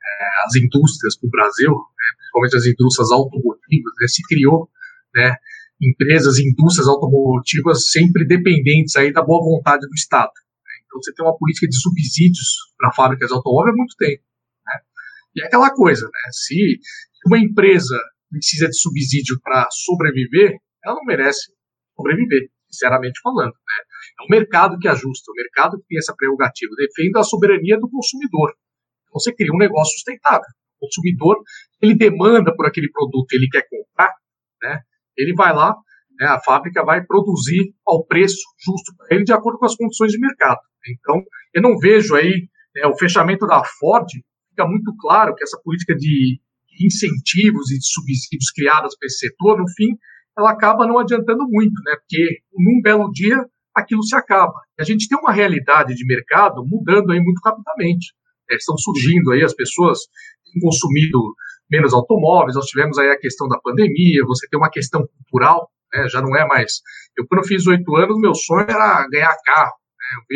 as indústrias para o Brasil, né, principalmente as indústrias automotivas, né, se criou, né, empresas, indústrias automotivas sempre dependentes aí da boa vontade do Estado. Né. Então você tem uma política de subsídios para fábricas de automóvel há muito tempo. Né. E é aquela coisa, né, se uma empresa precisa de subsídio para sobreviver, ela não merece sobreviver, sinceramente falando. Né. É o mercado que ajusta, o mercado que tem essa prerrogativa, defende a soberania do consumidor. Então você cria um negócio sustentável. O consumidor, ele demanda por aquele produto que ele quer comprar, né? Ele vai lá, né, a fábrica vai produzir ao preço justo para ele, de acordo com as condições de mercado. Então, eu não vejo aí, né, o fechamento da Ford, fica muito claro que essa política de incentivos e de subsídios criadas para esse setor, no fim, ela acaba não adiantando muito, né? Porque num belo dia aquilo se acaba. A gente tem uma realidade de mercado mudando aí muito rapidamente. Estão surgindo aí, as pessoas têm consumido menos automóveis, nós tivemos aí a questão da pandemia, você tem uma questão cultural, né? Já não é mais... Eu, quando eu fiz 8 anos, meu sonho era ganhar carro. Né?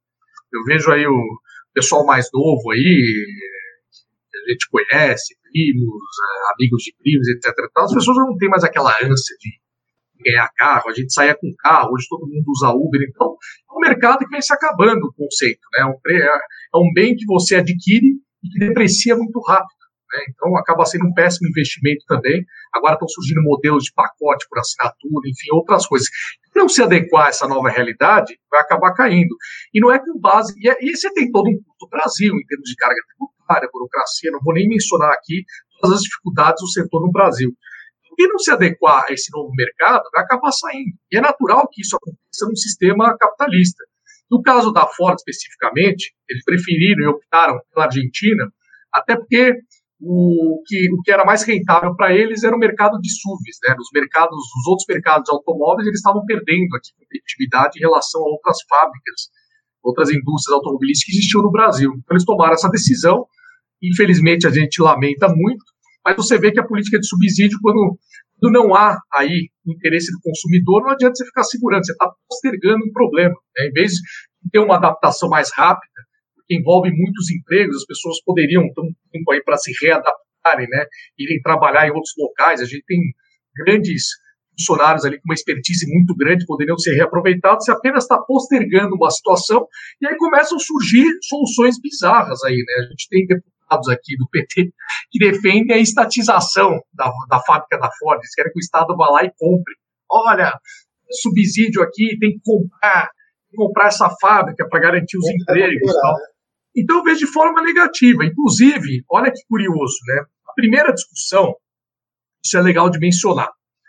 Eu vejo aí o pessoal mais novo aí, que a gente conhece, primos, amigos de primos, etc. As pessoas já não têm mais aquela ânsia de ganhar carro, a gente saía com carro, hoje todo mundo usa Uber, então é um mercado que vem se acabando o conceito, né? É um bem que você adquire e que deprecia muito rápido, né? Então acaba sendo um péssimo investimento também. Agora estão surgindo modelos de pacote por assinatura, enfim, outras coisas. Se não se adequar a essa nova realidade, vai acabar caindo. E não é com base... E você tem todo um custo do Brasil, em termos de carga tributária, burocracia, não vou nem mencionar aqui todas as dificuldades do setor no Brasil. E não se adequar a esse novo mercado, vai acabar saindo. E é natural que isso aconteça num sistema capitalista. No caso da Ford, especificamente, eles preferiram e optaram pela Argentina, até porque o que era mais rentável para eles era o mercado de SUVs. Né? Os outros mercados de automóveis, eles estavam perdendo aqui competitividade em relação a outras fábricas, outras indústrias automobilísticas que existiam no Brasil. Então, eles tomaram essa decisão. Infelizmente, a gente lamenta muito, mas você vê que a política de subsídio, quando não há aí interesse do consumidor, não adianta você ficar segurando, você está postergando um problema. Né? Em vez de ter uma adaptação mais rápida, que envolve muitos empregos, as pessoas poderiam ter um tempo aí para se readaptarem, né? Irem trabalhar em outros locais. A gente tem grandes funcionários ali com uma expertise muito grande, poderiam ser reaproveitados, você apenas está postergando uma situação, e aí começam a surgir soluções bizarras aí, né? A gente tem deputados aqui do PT que defendem a estatização da fábrica da Ford, eles querem que o Estado vá lá e compre. Olha, subsídio aqui, tem que comprar essa fábrica para garantir os empregos e tal. Então eu vejo de forma negativa. Inclusive, olha que curioso, né? A primeira discussão, isso é legal de mencionar.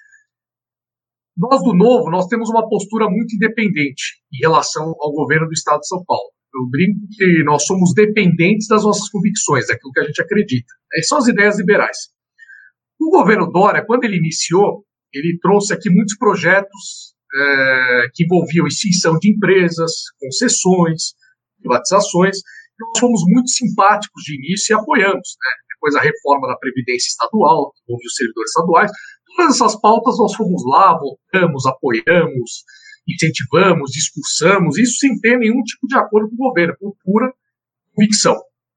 Nós do Novo, nós temos uma postura muito independente em relação ao governo do Estado de São Paulo. Eu brinco que nós somos dependentes das nossas convicções, daquilo que a gente acredita. Essas são as ideias liberais. O governo Dória, quando ele iniciou, ele trouxe aqui muitos projetos que envolviam extinção de empresas, concessões, privatizações. Nós fomos muito simpáticos de início e apoiamos. Né? Depois a reforma da Previdência Estadual, que envolvia os servidores estaduais. Todas essas pautas nós fomos lá, votamos, apoiamos, incentivamos, discursamos, isso sem ter nenhum tipo de acordo com o governo, por pura convicção.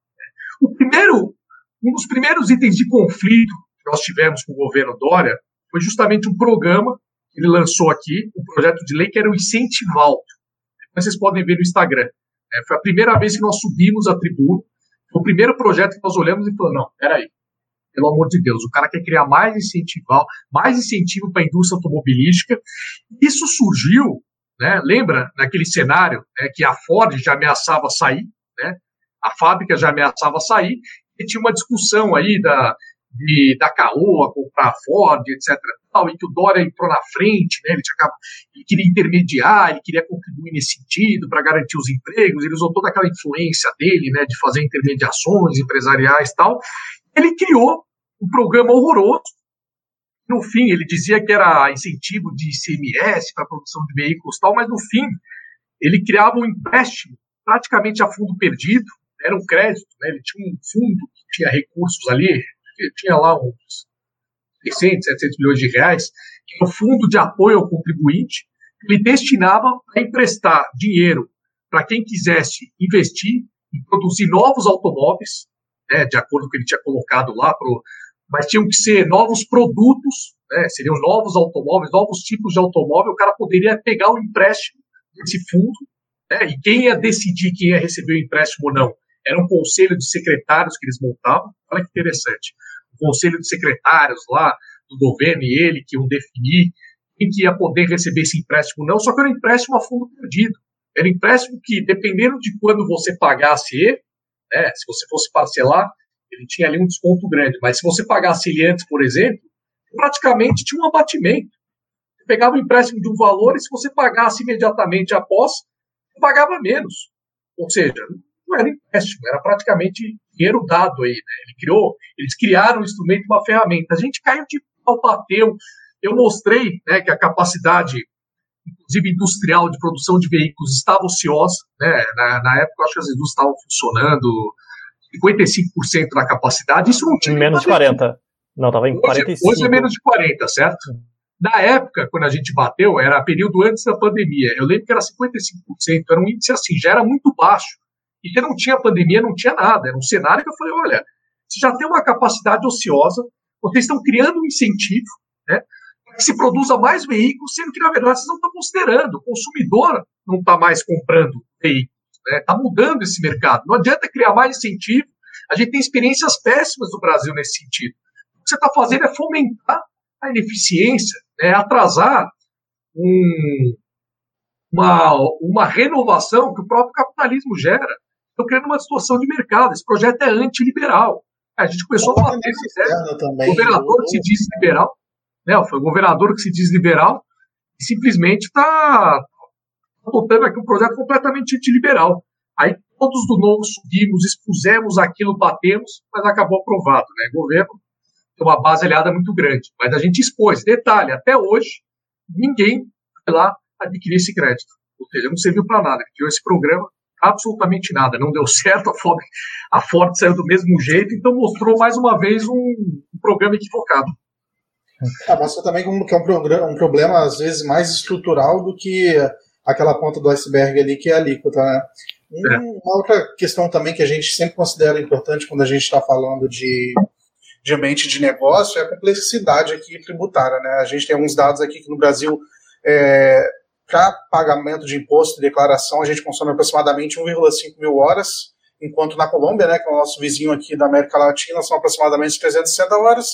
Um dos primeiros itens de conflito que nós tivemos com o governo Dória foi justamente um programa que ele lançou aqui, um projeto de lei que era o Incentivalto. Depois vocês podem ver no Instagram. Foi a primeira vez que nós subimos a tribuna, foi o primeiro projeto que nós olhamos e falamos, não, peraí, pelo amor de Deus, o cara quer criar mais incentivo para a indústria automobilística. Isso surgiu, né, lembra, naquele cenário, né, que a Ford já ameaçava sair, né, a fábrica já ameaçava sair, e tinha uma discussão aí da Caoa comprar a Ford, etc. E que o Dória entrou na frente, né, ele queria intermediar, ele queria contribuir nesse sentido para garantir os empregos, ele usou toda aquela influência dele, né, de fazer intermediações empresariais e tal. Ele criou um programa horroroso. No fim, ele dizia que era incentivo de ICMS para a produção de veículos e tal, mas no fim, ele criava um empréstimo praticamente a fundo perdido, era um crédito, né? Ele tinha um fundo que tinha recursos ali, tinha lá uns 600, 700 milhões de reais, que era o fundo de apoio ao contribuinte, ele destinava a emprestar dinheiro para quem quisesse investir em produzir novos automóveis, né, de acordo com o que ele tinha colocado lá, mas tinham que ser novos produtos, né, seriam novos automóveis, novos tipos de automóvel, o cara poderia pegar o empréstimo desse fundo, né, e quem ia decidir quem ia receber o empréstimo ou não? Era um conselho de secretários que eles montavam. Olha que interessante. O conselho de secretários lá do governo e ele que iam definir quem que ia poder receber esse empréstimo ou não, só que era um empréstimo a fundo perdido. Era um empréstimo que, dependendo de quando você pagasse ele, né, se você fosse parcelar, ele tinha ali um desconto grande, mas se você pagasse ele antes, por exemplo, praticamente tinha um abatimento. Você pegava o empréstimo de um valor e se você pagasse imediatamente após, você pagava menos. Ou seja, não era empréstimo, era praticamente dinheiro dado aí, né? Eles criaram um instrumento, uma ferramenta. A gente caiu de pau, bateu. Eu mostrei, né, que a capacidade, inclusive industrial, de produção de veículos estava ociosa, né? Na época, eu acho que as indústrias estavam funcionando 55% da capacidade. Isso não tinha menos de 40%. Não, estava em 45%. Hoje é menos de 40%, certo? Na época, quando a gente bateu, era período antes da pandemia. Eu lembro que era 55%, era um índice assim, já era muito baixo. E que não tinha pandemia, não tinha nada. Era um cenário que eu falei, olha, você já tem uma capacidade ociosa, vocês estão criando um incentivo, né, para que se produza mais veículos, sendo que, na verdade, vocês não estão considerando. O consumidor não está mais comprando veículos, né, está mudando esse mercado. Não adianta criar mais incentivo. A gente tem experiências péssimas no Brasil nesse sentido. O que você está fazendo é fomentar a ineficiência, né, atrasar uma renovação que o próprio capitalismo gera. Estão criando uma distorção de mercado. Esse projeto é antiliberal. A gente começou a bater o governador que se diz liberal, né? Foi o governador que se diz liberal e simplesmente está adotando aqui um projeto completamente antiliberal. Aí todos do Novo subimos, expusemos aquilo, batemos, mas acabou aprovado, né? O governo tem uma base aliada muito grande, mas a gente expôs. Detalhe, até hoje, ninguém foi lá adquirir esse crédito. Ou seja, não serviu para nada. Criou esse programa, absolutamente nada. Não deu certo, a Ford saiu do mesmo jeito, então mostrou mais uma vez um programa equivocado. Mostra também que é um problema, às vezes, mais estrutural do que aquela ponta do iceberg ali, que é a alíquota, né? Uma outra questão também que a gente sempre considera importante quando a gente está falando de ambiente de negócio é a complexidade aqui tributária, né? A gente tem alguns dados aqui que no Brasil, para pagamento de imposto e declaração, a gente consome aproximadamente 1,5 mil horas, enquanto na Colômbia, né, que é o nosso vizinho aqui da América Latina, são aproximadamente 360 horas,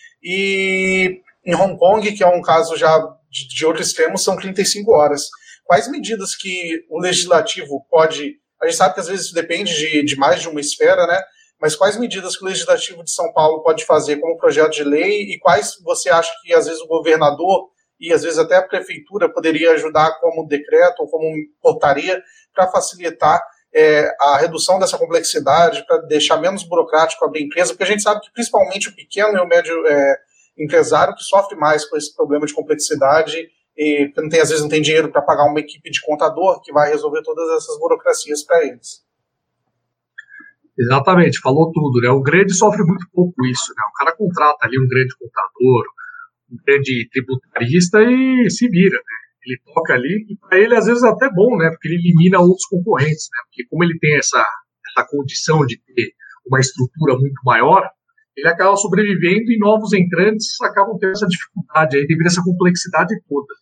e em Hong Kong, que é um caso já de outro extremo, são 35 horas. Quais medidas que o legislativo pode... A gente sabe que às vezes isso depende de mais de uma esfera, né? Mas quais medidas que o Legislativo de São Paulo pode fazer como projeto de lei e quais você acha que às vezes o governador e às vezes até a prefeitura poderia ajudar como decreto ou como portaria para facilitar a redução dessa complexidade, para deixar menos burocrático abrir empresa, porque a gente sabe que principalmente o pequeno e o médio empresário que sofre mais com esse problema de complexidade e às vezes não tem dinheiro para pagar uma equipe de contador que vai resolver todas essas burocracias para eles. Exatamente, falou tudo, né? O grande sofre muito pouco isso, né? O cara contrata ali um grande contador, um grande tributarista e se vira, né? Ele toca ali e para ele às vezes é até bom, né? Porque ele elimina outros concorrentes, né? Porque como ele tem essa condição de ter uma estrutura muito maior, ele acaba sobrevivendo e novos entrantes acabam tendo essa dificuldade aí devido a essa complexidade toda.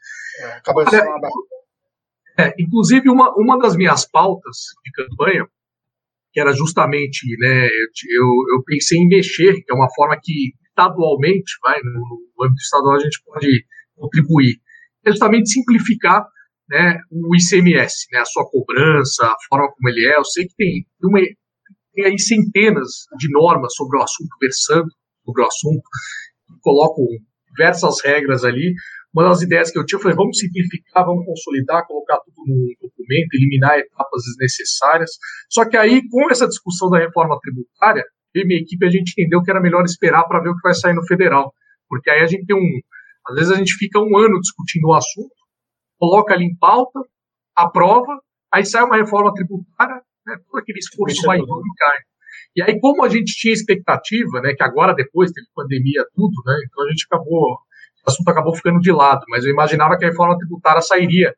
Inclusive uma das minhas pautas de campanha, que era justamente, né, eu pensei em mexer, que é uma forma que estadualmente, no âmbito estadual a gente pode contribuir, é justamente simplificar, né, o ICMS, né, a sua cobrança, a forma como ele é. Eu sei que tem aí centenas de normas sobre o assunto, versando sobre o assunto, que colocam diversas regras ali. Uma das ideias que eu tinha foi, vamos simplificar, vamos consolidar, colocar tudo num documento, eliminar etapas desnecessárias. Só que aí, com essa discussão da reforma tributária, eu e minha equipe, a gente entendeu que era melhor esperar para ver o que vai sair no federal. Porque aí a gente tem às vezes a gente fica um ano discutindo o assunto, coloca ali em pauta, aprova, aí sai uma reforma tributária, né, todo aquele esforço vai embora e cai. E aí, como a gente tinha expectativa, né, que agora depois teve pandemia, tudo, né, então a gente o assunto acabou ficando de lado, mas eu imaginava que a reforma tributária sairia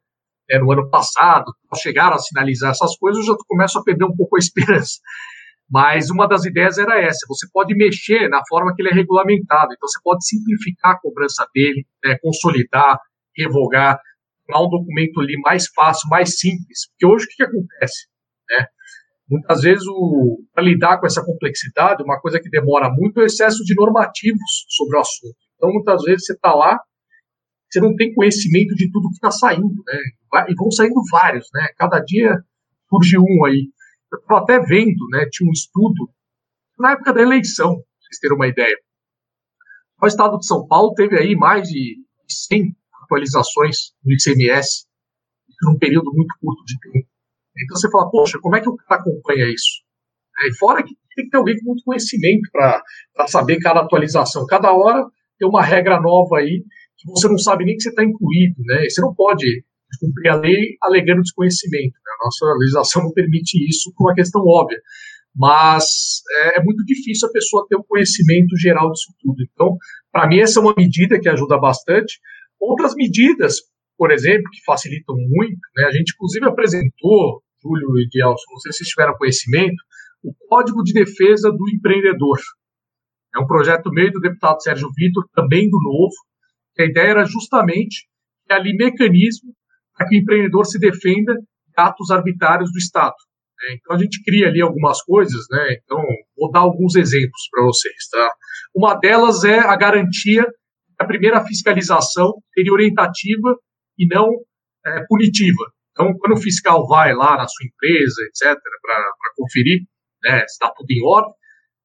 no ano passado, chegaram a sinalizar essas coisas, eu já começo a perder um pouco a esperança. Mas uma das ideias era essa, você pode mexer na forma que ele é regulamentado, então você pode simplificar a cobrança dele, consolidar, revogar, tornar um documento ali mais fácil, mais simples, porque hoje o que acontece? Muitas vezes, para lidar com essa complexidade, uma coisa que demora muito é o excesso de normativos sobre o assunto. Então, muitas vezes você está lá, você não tem conhecimento de tudo que está saindo, e vão saindo vários, cada dia surge um aí. Eu estava até vendo, tinha um estudo, na época da eleição, para vocês terem uma ideia. O estado de São Paulo teve aí mais de 100 atualizações do ICMS, num período muito curto de tempo. Então você fala, poxa, como é que o cara acompanha isso? E fora que tem que ter alguém com muito conhecimento para saber cada atualização. Cada hora tem uma regra nova aí que você não sabe nem que você está incluído, E você não pode cumprir a lei alegando desconhecimento. A nossa legislação não permite isso por uma questão óbvia. Mas é muito difícil a pessoa ter um conhecimento geral disso tudo. Então, para mim, essa é uma medida que ajuda bastante. Outras medidas, por exemplo, que facilitam muito, a gente inclusive apresentou, Júlio e Gelson, não sei se vocês tiveram conhecimento, o Código de Defesa do Empreendedor. É um projeto meio do deputado Sérgio Vitor, também do Novo, que a ideia era justamente ter ali mecanismo para que o empreendedor se defenda de atos arbitrários do Estado. Então a gente cria ali algumas coisas, então vou dar alguns exemplos para vocês. Tá? Uma delas é a garantia que a primeira fiscalização seria orientativa e não punitiva. Então, quando o fiscal vai lá na sua empresa, etc., para conferir se está tudo em ordem,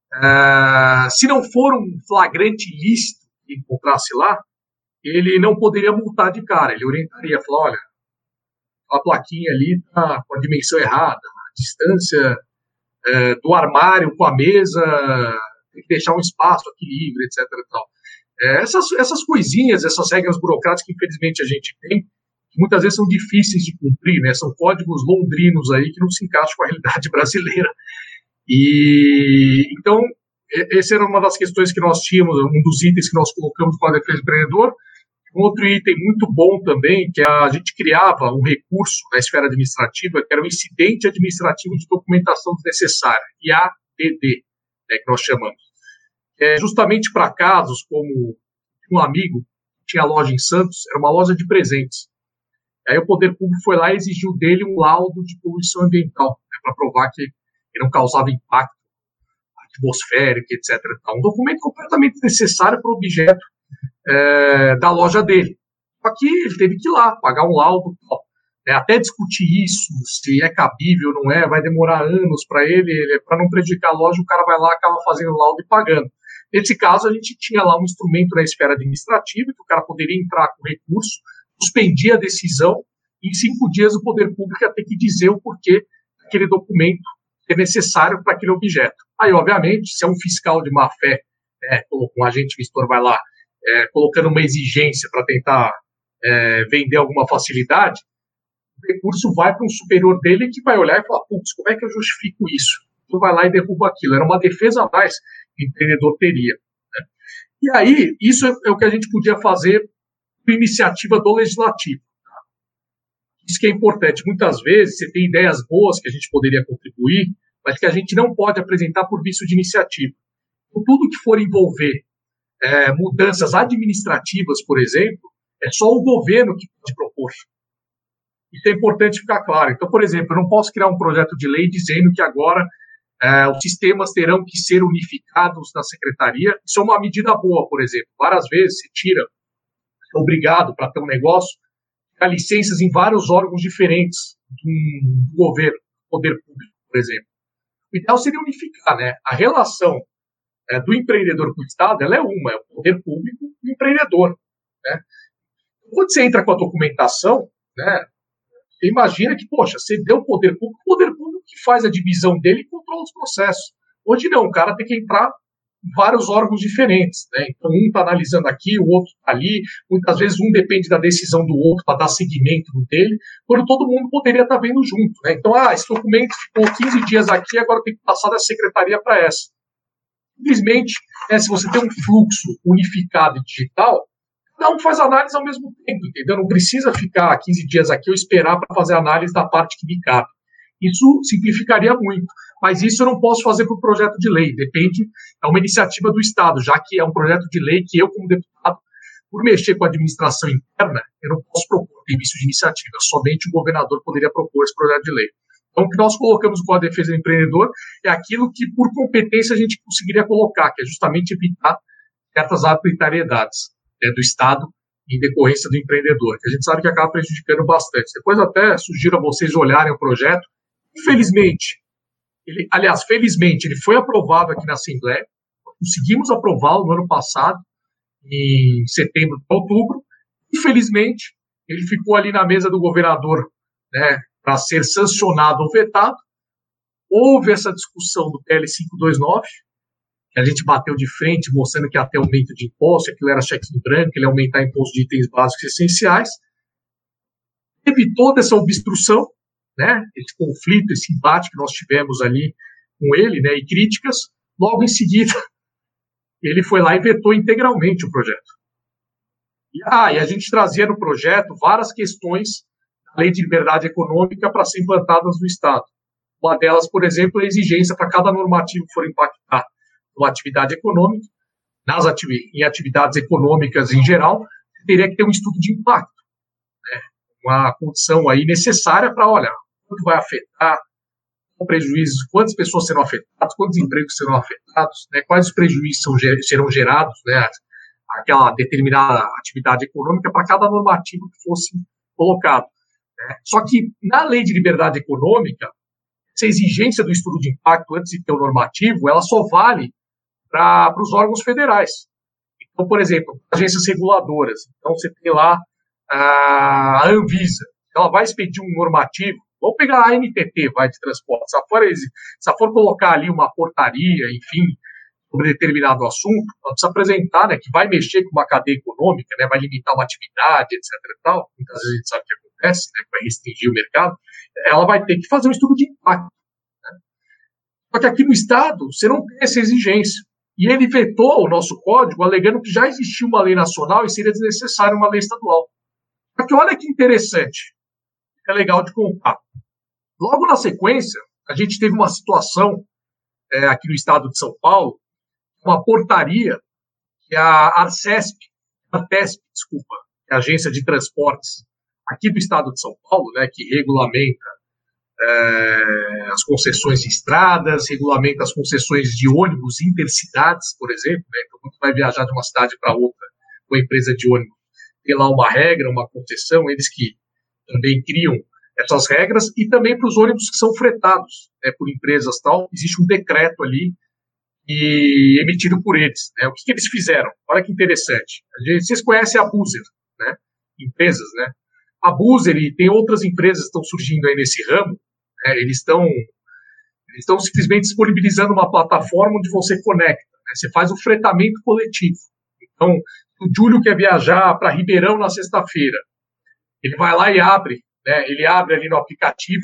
se não for um flagrante ilícito que encontrasse lá, ele não poderia multar de cara, ele orientaria, falar, olha, a plaquinha ali está com a dimensão errada, a distância do armário com a mesa, tem que deixar um espaço aqui livre, etc. E tal. Essas coisinhas, essas regras burocráticas que infelizmente a gente tem, que muitas vezes são difíceis de cumprir, são códigos londrinos aí que não se encaixam com a realidade brasileira. E então, essa era uma das questões que nós tínhamos, um dos itens que nós colocamos para a defesa do empreendedor. Um outro item muito bom também, que a gente criava um recurso na esfera administrativa, que era o incidente administrativo de documentação desnecessária, IADD, que nós chamamos. Justamente para casos como um amigo que tinha loja em Santos, era uma loja de presentes. Aí o poder público foi lá e exigiu dele um laudo de poluição ambiental, para provar que ele não causava impacto atmosférico, etc. Um documento completamente necessário para o objeto da loja dele. Aqui ele teve que ir lá, pagar um laudo, até discutir isso, se é cabível ou não é, vai demorar anos para ele, para não prejudicar a loja, o cara vai lá, acaba fazendo o laudo e pagando. Nesse caso, a gente tinha lá um instrumento na esfera administrativa, que o cara poderia entrar com recurso, suspendia a decisão, e em 5 dias o poder público ia ter que dizer o porquê aquele documento é necessário para aquele objeto. Aí, obviamente, se é um fiscal de má-fé, um agente vistor vai lá, colocando uma exigência para tentar vender alguma facilidade, o recurso vai para um superior dele que vai olhar e falar, putz, como é que eu justifico isso? Então vai lá e derruba aquilo. Era uma defesa a mais que o empreendedor teria. E aí, isso é o que a gente podia fazer por iniciativa do legislativo. Isso que é importante. Muitas vezes você tem ideias boas que a gente poderia contribuir, mas que a gente não pode apresentar por vício de iniciativa. Então, tudo que for envolver mudanças administrativas, por exemplo, é só o governo que pode propor. Isso é importante ficar claro. Então, por exemplo, eu não posso criar um projeto de lei dizendo que agora os sistemas terão que ser unificados na secretaria. Isso é uma medida boa, por exemplo. Várias vezes se tira, é obrigado para ter um negócio, dar licenças em vários órgãos diferentes do governo, poder público, por exemplo. O ideal seria unificar, A relação do empreendedor com o Estado, ela é uma, é o poder público e o empreendedor, Quando você entra com a documentação, você imagina que, poxa, você deu o poder público que faz a divisão dele e controla os processos. Hoje não, o cara tem que entrar em vários órgãos diferentes, Então, um está analisando aqui, o outro está ali, muitas vezes um depende da decisão do outro para dar seguimento no dele, quando todo mundo poderia estar vendo junto, Então, esse documento ficou 15 dias aqui, agora tem que passar da secretaria para essa. Simplesmente, se você tem um fluxo unificado e digital, Cada um faz análise ao mesmo tempo, entendeu? Não precisa ficar 15 dias aqui ou esperar para fazer análise da parte que me cabe. Isso simplificaria muito, mas isso eu não posso fazer por projeto de lei, depende, é uma iniciativa do Estado, já que é um projeto de lei que eu, como deputado, por mexer com a administração interna, eu não posso propor serviço de iniciativa, somente o governador poderia propor esse projeto de lei. Então, o que nós colocamos com a defesa do empreendedor é aquilo que, por competência, a gente conseguiria colocar, que é justamente evitar certas arbitrariedades do Estado em decorrência do empreendedor, que a gente sabe que acaba prejudicando bastante. Depois até sugiro a vocês olharem o projeto. Infelizmente, felizmente, ele foi aprovado aqui na Assembleia, conseguimos aprová-lo no ano passado, em setembro para outubro. Infelizmente, ele ficou ali na mesa do governador, né, para ser sancionado ou vetado. Houve essa discussão do PL 529, que a gente bateu de frente, mostrando que até aumento de imposto, aquilo era cheque em branco, ele ia aumentar imposto de itens básicos e essenciais. Teve toda essa obstrução, né, esse conflito, esse embate que nós tivemos ali com ele, né, e críticas. Logo em seguida, ele foi lá e vetou integralmente o projeto. E a gente trazia no projeto várias questões da Lei de Liberdade Econômica para serem implantadas no Estado. Uma delas, por exemplo, é a exigência para cada normativo que for impactar uma atividade econômica, em atividades econômicas em geral, teria que ter um estudo de impacto, né? Uma condição aí necessária para, olha, quanto vai afetar, prejuízos, quantas pessoas serão afetadas, quantos empregos serão afetados, né, quais os prejuízos serão gerados, né, aquela determinada atividade econômica para cada normativo que fosse colocado. Né. Só que na Lei de Liberdade Econômica, essa exigência do estudo de impacto antes de ter o normativo, ela só vale para os órgãos federais. Então, por exemplo, agências reguladoras. Então, você tem lá a Anvisa, ela vai expedir um normativo. Vamos pegar a ANTT, de transporte. Se for colocar ali uma portaria, enfim, sobre determinado assunto, ela precisa apresentar, né, que vai mexer com uma cadeia econômica, né, vai limitar uma atividade, etc. e tal. Muitas vezes a gente sabe o que acontece, né, que vai restringir o mercado. Ela vai ter que fazer um estudo de impacto. Né? Só que aqui no Estado, você não tem essa exigência. E ele vetou o nosso código, alegando que já existia uma lei nacional e seria desnecessária uma lei estadual. Só que olha que interessante. É legal de contar. Logo na sequência, a gente teve uma situação aqui no estado de São Paulo, uma portaria que a ARTESP, que é a Agência de Transportes aqui do estado de São Paulo, né, que regulamenta as concessões de estradas, regulamenta as concessões de ônibus intercidades, por exemplo, né, então quando vai viajar de uma cidade para outra com a empresa de ônibus, tem lá uma regra, uma concessão, eles que também criam essas regras, e também para os ônibus que são fretados, né, por empresas tal, existe um decreto ali emitido por eles. Né? O que eles fizeram? Olha que interessante. Vocês conhecem a Buser, né? Empresas, né? A Buser e tem outras empresas que estão surgindo aí nesse ramo, né? Eles estão simplesmente disponibilizando uma plataforma onde você conecta, né? Você faz o fretamento coletivo. Então, o Júlio quer viajar para Ribeirão na sexta-feira. Ele vai lá e abre, né? Ele abre ali no aplicativo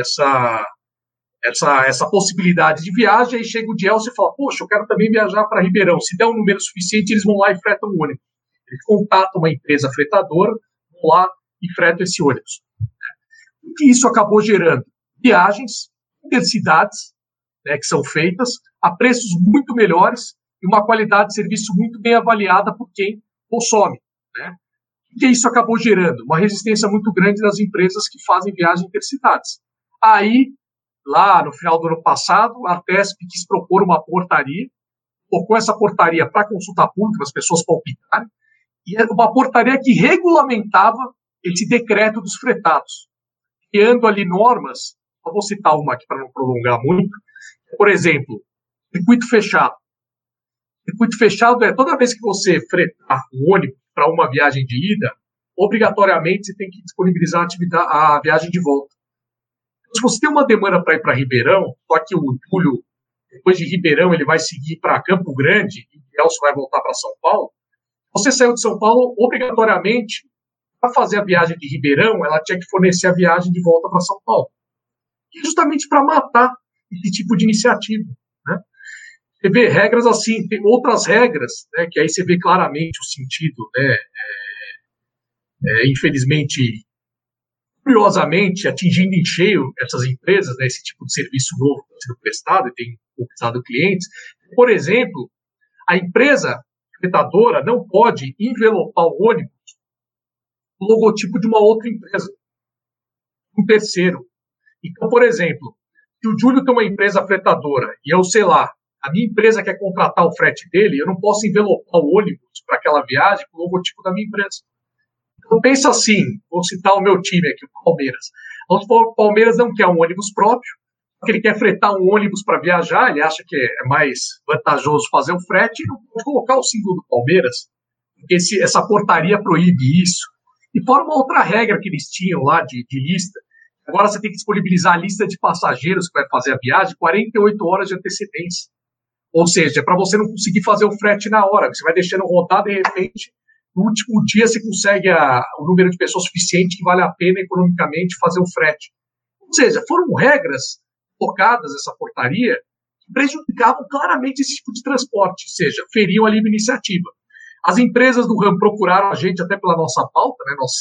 essa possibilidade de viagem, aí chega o dia e você fala, poxa, eu quero também viajar para Ribeirão. Se der um número suficiente, eles vão lá e fretam o ônibus. Eles contatam uma empresa fretadora, vão lá e fretam esse ônibus. O que isso acabou gerando? Viagens, intercidades, né, que são feitas a preços muito melhores e uma qualidade de serviço muito bem avaliada por quem consome. Né? O que isso acabou gerando? Uma resistência muito grande das empresas que fazem viagens intercidades. Aí, lá no final do ano passado, a ARTESP quis propor uma portaria, colocou essa portaria para consulta pública, para as pessoas palpitarem, e era uma portaria que regulamentava esse decreto dos fretados, criando ali normas, só vou citar uma aqui para não prolongar muito, por exemplo, circuito fechado. Circuito fechado é toda vez que você fretar um ônibus para uma viagem de ida, obrigatoriamente você tem que disponibilizar a viagem de volta. Se você tem uma demanda para ir para Ribeirão, só que o Júlio, depois de Ribeirão, ele vai seguir para Campo Grande, e o Elcio vai voltar para São Paulo, você saiu de São Paulo, obrigatoriamente, para fazer a viagem de Ribeirão, ela tinha que fornecer a viagem de volta para São Paulo. E justamente para matar esse tipo de iniciativa. Né? Você vê regras assim, tem outras regras, né, que aí você vê claramente o sentido, né, infelizmente, curiosamente, atingindo em cheio essas empresas, né, esse tipo de serviço novo que está sendo prestado e tem conquistado clientes. Por exemplo, a empresa fretadora não pode envelopar o ônibus com o logotipo de uma outra empresa, um terceiro. Então, por exemplo, se o Júlio tem uma empresa fretadora e eu, sei lá, a minha empresa quer contratar o frete dele, eu não posso envelopar o ônibus para aquela viagem com o logotipo da minha empresa. Então, pensa assim, vou citar o meu time aqui, o Palmeiras. O Palmeiras não quer um ônibus próprio, porque ele quer fretar um ônibus para viajar, ele acha que é mais vantajoso fazer o frete e não pode colocar o símbolo do Palmeiras, porque essa portaria proíbe isso. E fora uma outra regra que eles tinham lá de lista, agora você tem que disponibilizar a lista de passageiros que vai fazer a viagem 48 horas de antecedência. Ou seja, é para você não conseguir fazer o frete na hora, você vai deixando rodar, de repente, no último dia você consegue o número de pessoas suficiente que vale a pena economicamente fazer o frete. Ou seja, foram regras colocadas nessa portaria que prejudicavam claramente esse tipo de transporte, ou seja, feriam a livre iniciativa. As empresas do ramo procuraram a gente até pela nossa pauta, né? Nós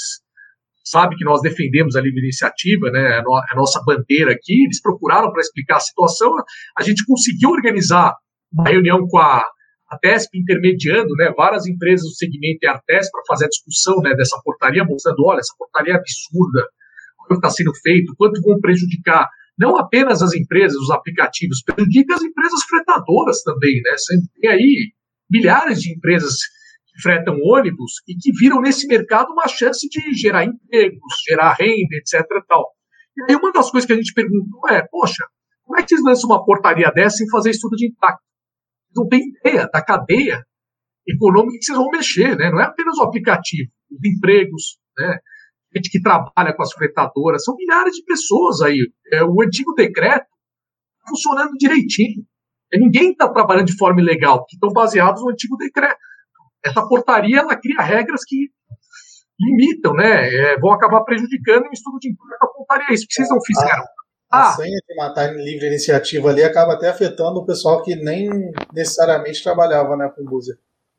sabe que nós defendemos a livre iniciativa, né? A nossa bandeira aqui. Eles procuraram para explicar a situação. A gente conseguiu organizar uma reunião com a TESP, intermediando, né, várias empresas do segmento e a TESP para fazer a discussão, né, dessa portaria, mostrando, olha, essa portaria é absurda, como está sendo feito, quanto vão prejudicar não apenas as empresas, os aplicativos, prejudica as empresas fretadoras também, né? Você tem aí milhares de empresas que fretam ônibus e que viram nesse mercado uma chance de gerar empregos, gerar renda, etc. E tal. E aí uma das coisas que a gente perguntou é, poxa, como é que vocês lançam uma portaria dessa sem fazer estudo de impacto? Não tem ideia da cadeia econômica que vocês vão mexer, né? Não é apenas o aplicativo, os empregos, né? Gente que trabalha com as fretadoras, são milhares de pessoas aí. O antigo decreto está funcionando direitinho. Ninguém está trabalhando de forma ilegal, porque estão baseados no antigo decreto. Essa portaria, ela cria regras que limitam, né? Vão acabar prejudicando o estudo de impacto. A portaria, isso que vocês não fizeram. A senha de matar em livre iniciativa ali acaba até afetando o pessoal que nem necessariamente trabalhava, né, com o Buzzer.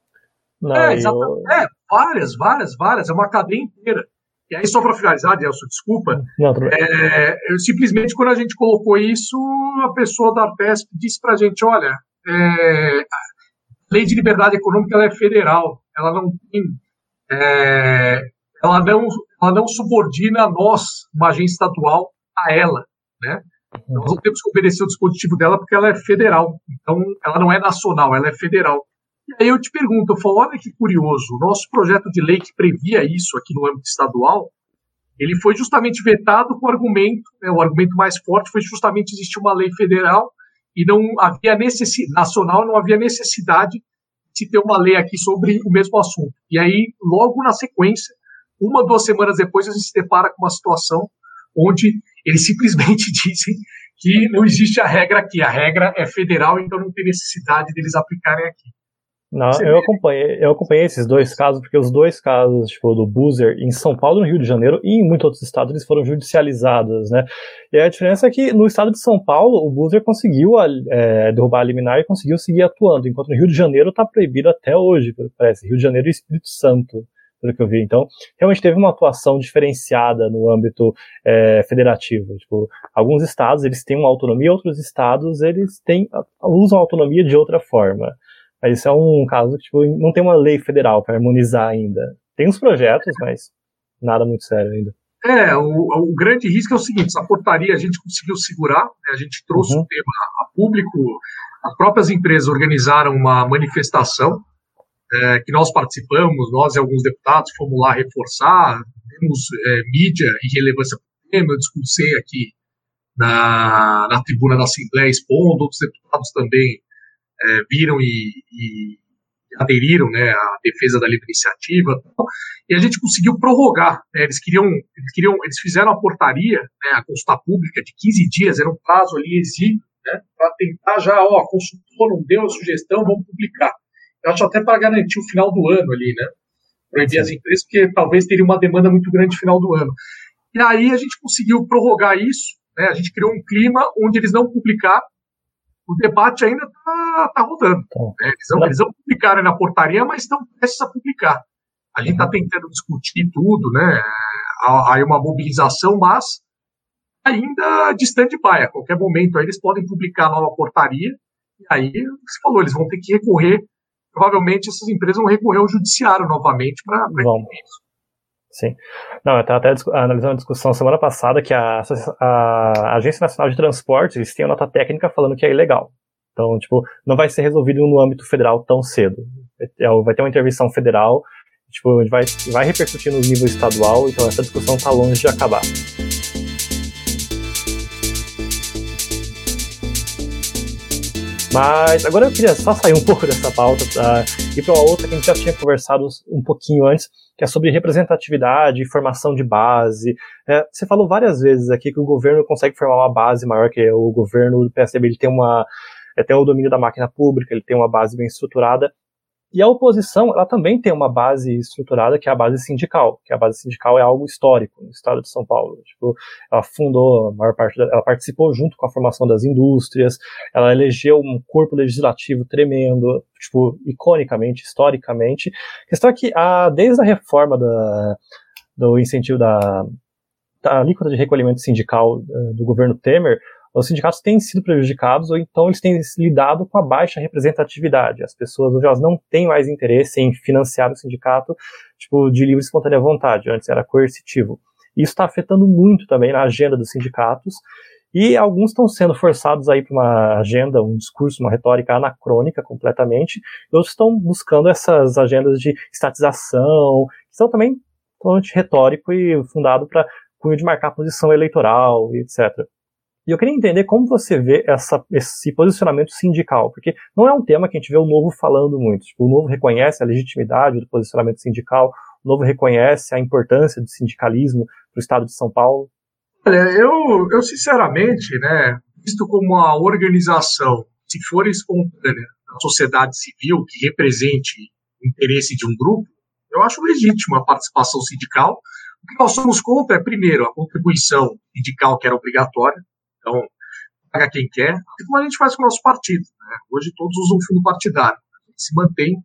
Exatamente. Várias. É uma cadeia inteira. E aí, só para finalizar, Delcio, desculpa, simplesmente quando a gente colocou isso, a pessoa da Artesp disse para a gente, olha, a lei de liberdade econômica ela é federal, ela não tem, ela não subordina a nós, uma agência estadual, a ela, né? Nós não temos que obedecer o dispositivo dela porque ela é federal, então ela não é nacional, ela é federal. E aí eu te pergunto, eu falo, olha que curioso, o nosso projeto de lei que previa isso aqui no âmbito estadual, ele foi justamente vetado com o argumento, né, o argumento mais forte foi justamente existir uma lei federal e não havia nacional, não havia necessidade de ter uma lei aqui sobre o mesmo assunto. E aí, logo na sequência, 1 ou 2 semanas depois, a gente se depara com uma situação onde eles simplesmente dizem que não existe a regra aqui, a regra é federal, então não tem necessidade deles aplicarem aqui. Não, eu acompanhei esses 2 casos, porque os 2 casos, tipo, do Buzzer em São Paulo, no Rio de Janeiro e em muitos outros estados, eles foram judicializados, né? E a diferença é que no estado de São Paulo, o Buzzer conseguiu derrubar a liminar e conseguiu seguir atuando, enquanto no Rio de Janeiro está proibido até hoje, parece, Rio de Janeiro e Espírito Santo, pelo que eu vi. Então, realmente teve uma atuação diferenciada no âmbito federativo. Tipo, alguns estados, eles têm uma autonomia, outros estados, eles usam a autonomia de outra forma. Mas isso é um caso que tipo, não tem uma lei federal para harmonizar ainda. Tem uns projetos, mas nada muito sério ainda. O grande risco é o seguinte, essa portaria a gente conseguiu segurar, né, a gente trouxe o tema a público, as próprias empresas organizaram uma manifestação que nós participamos, nós e alguns deputados fomos lá reforçar, temos mídia e relevância para o tema, eu discursei aqui na tribuna da Assembleia expondo, outros deputados também viram e aderiram, né, à defesa da livre iniciativa, e a gente conseguiu prorrogar, né, eles fizeram a portaria, né, a consulta pública de 15 dias, era um prazo ali exíguo, né, para tentar já, consultor, não deu a sugestão, vamos publicar. Eu acho até para garantir o final do ano ali, né, proibir as empresas, porque talvez teria uma demanda muito grande no final do ano. E aí a gente conseguiu prorrogar isso, né, a gente criou um clima onde eles não publicaram, o debate ainda está rodando. Né? Eles vão publicar na portaria, mas estão prestes a publicar. A gente está tentando discutir tudo, né? Há uma mobilização, mas ainda de stand-by. A qualquer momento aí eles podem publicar a nova portaria, e aí, você falou, eles vão ter que recorrer, provavelmente essas empresas vão recorrer ao judiciário novamente para isso. Sim. Não, eu estava até analisando uma discussão semana passada que a Agência Nacional de Transportes, eles têm uma nota técnica falando que é ilegal. Então, tipo, não vai ser resolvido no âmbito federal tão cedo. Vai ter uma intervenção federal, tipo, vai repercutir no nível estadual, então essa discussão está longe de acabar. Mas agora eu queria só sair um pouco dessa pauta e para uma outra que a gente já tinha conversado um pouquinho antes, que é sobre representatividade, formação de base. Você falou várias vezes aqui que o governo consegue formar uma base maior, que o governo do PSDB ele tem o domínio da máquina pública, ele tem uma base bem estruturada. E a oposição, ela também tem uma base estruturada, que é a base sindical, que a base sindical é algo histórico no estado de São Paulo. Tipo, ela fundou, a maior parte ela participou junto com a formação das indústrias, ela elegeu um corpo legislativo tremendo, tipo, iconicamente, historicamente. A questão é que, desde a reforma do incentivo da alíquota de recolhimento sindical do governo Temer, os sindicatos têm sido prejudicados, ou então eles têm lidado com a baixa representatividade. As pessoas hoje elas não têm mais interesse em financiar o sindicato tipo, de livre e espontânea vontade, antes era coercitivo. Isso está afetando muito também na agenda dos sindicatos, e alguns estão sendo forçados a ir para uma agenda, um discurso, uma retórica anacrônica completamente, e outros estão buscando essas agendas de estatização, que são também totalmente retórico e fundado para cunho de marcar posição eleitoral, e etc. E eu queria entender como você vê esse posicionamento sindical, porque não é um tema que a gente vê o Novo falando muito. Tipo, o Novo reconhece a legitimidade do posicionamento sindical, o Novo reconhece a importância do sindicalismo para o estado de São Paulo. Olha, eu sinceramente, né, visto como uma organização, se for espontânea, da sociedade civil, que represente o interesse de um grupo, eu acho legítima a participação sindical. O que nós somos contra é, primeiro, a contribuição sindical que era obrigatória. Então, paga quem quer, assim como a gente faz com o nosso partido. Né? Hoje todos usam fundo partidário. A gente se mantém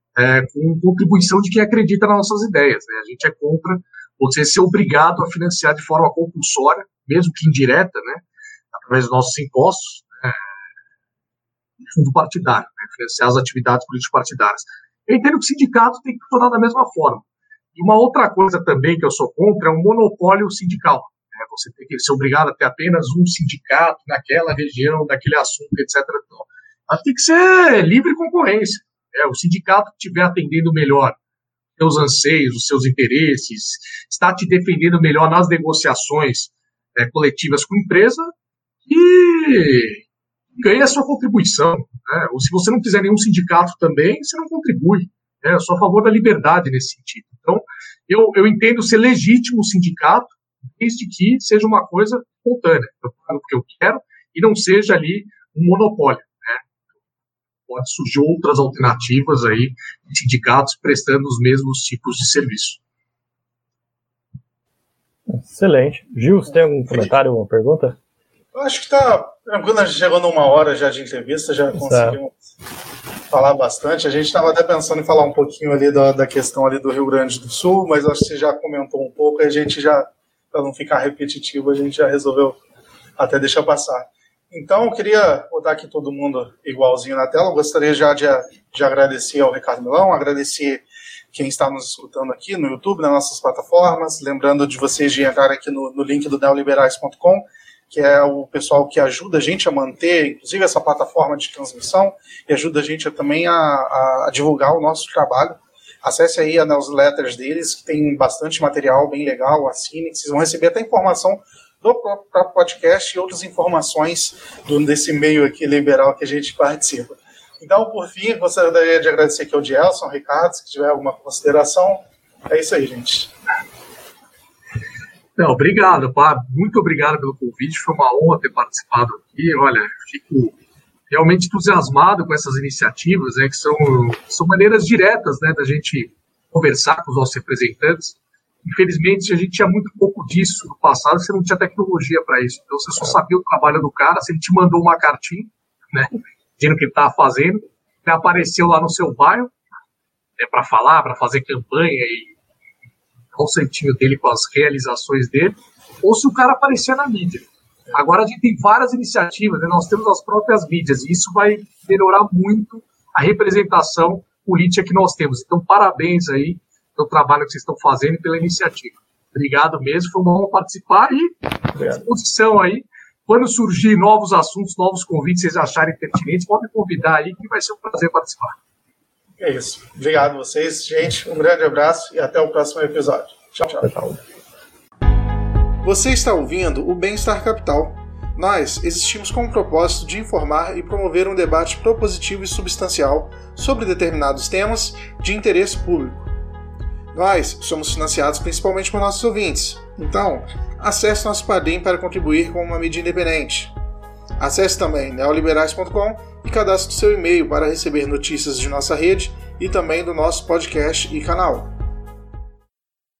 com contribuição de quem acredita nas nossas ideias. Né? A gente é contra você ser obrigado a financiar de forma compulsória, mesmo que indireta, né? Através dos nossos impostos, fundo partidário, né? Financiar as atividades político-partidárias. Eu entendo que o sindicato tem que funcionar da mesma forma. E uma outra coisa também que eu sou contra é o monopólio sindical. Você tem que ser obrigado a ter apenas um sindicato naquela região, daquele assunto, etc. Mas tem que ser livre concorrência. O sindicato que estiver atendendo melhor os seus anseios, os seus interesses, está te defendendo melhor nas negociações coletivas com a empresa e ganha a sua contribuição. Né? Ou se você não quiser nenhum sindicato também, você não contribui. Eu sou a favor da liberdade nesse sentido. Então, eu entendo ser legítimo o sindicato, desde que seja uma coisa espontânea. Eu falo o que eu quero e não seja ali um monopólio. Né? Pode surgir outras alternativas aí de sindicatos prestando os mesmos tipos de serviço. Excelente. Gil, você tem algum comentário, alguma pergunta? Eu acho que está tranquilo, a gente chegou numa hora já de entrevista, já conseguimos falar bastante. A gente estava até pensando em falar um pouquinho ali da questão ali do Rio Grande do Sul, mas acho que você já comentou um pouco, e a gente já, para não ficar repetitivo, a gente já resolveu até deixar passar. Então, eu queria botar aqui todo mundo igualzinho na tela. Eu gostaria já de agradecer ao Ricardo Milão, agradecer quem está nos escutando aqui no YouTube, nas nossas plataformas. Lembrando de vocês de entrar aqui no link do neoliberais.com, que é o pessoal que ajuda a gente a manter, inclusive, essa plataforma de transmissão e ajuda a gente também a divulgar o nosso trabalho. Acesse aí a newsletters deles, que tem bastante material bem legal, assine, vocês vão receber até informação do próprio podcast e outras informações desse meio aqui liberal que a gente participa. Então, por fim, gostaria de agradecer aqui ao Gelson, ao Ricardo, se tiver alguma consideração. É isso aí, gente. Não, obrigado, Pá. Muito obrigado pelo convite. Foi uma honra ter participado aqui. Olha, fico realmente entusiasmado com essas iniciativas, né, que são maneiras diretas, né, da gente conversar com os nossos representantes. Infelizmente, a gente tinha muito pouco disso no passado, você não tinha tecnologia para isso. Então, você só sabia o trabalho do cara, se ele te mandou uma cartinha, né, dizendo o que ele estava fazendo, ele apareceu lá no seu bairro, para falar, para fazer campanha e dar o santinho dele com as realizações dele, ou se o cara aparecer na mídia. Agora a gente tem várias iniciativas, né? Nós temos as próprias mídias, e isso vai melhorar muito a representação política que nós temos. Então, parabéns aí pelo trabalho que vocês estão fazendo e pela iniciativa. Obrigado mesmo, foi uma honra participar e à disposição aí. Quando surgir novos assuntos, novos convites, vocês acharem pertinentes, podem me convidar aí, que vai ser um prazer participar. É isso. Obrigado a vocês, gente. Um grande abraço e até o próximo episódio. Tchau, tchau. Você está ouvindo o Bem-Estar Capital. Nós existimos com o propósito de informar e promover um debate propositivo e substancial sobre determinados temas de interesse público. Nós somos financiados principalmente por nossos ouvintes. Então, acesse nosso Padrim para contribuir com uma mídia independente. Acesse também neoliberais.com e cadastre seu e-mail para receber notícias de nossa rede e também do nosso podcast e canal.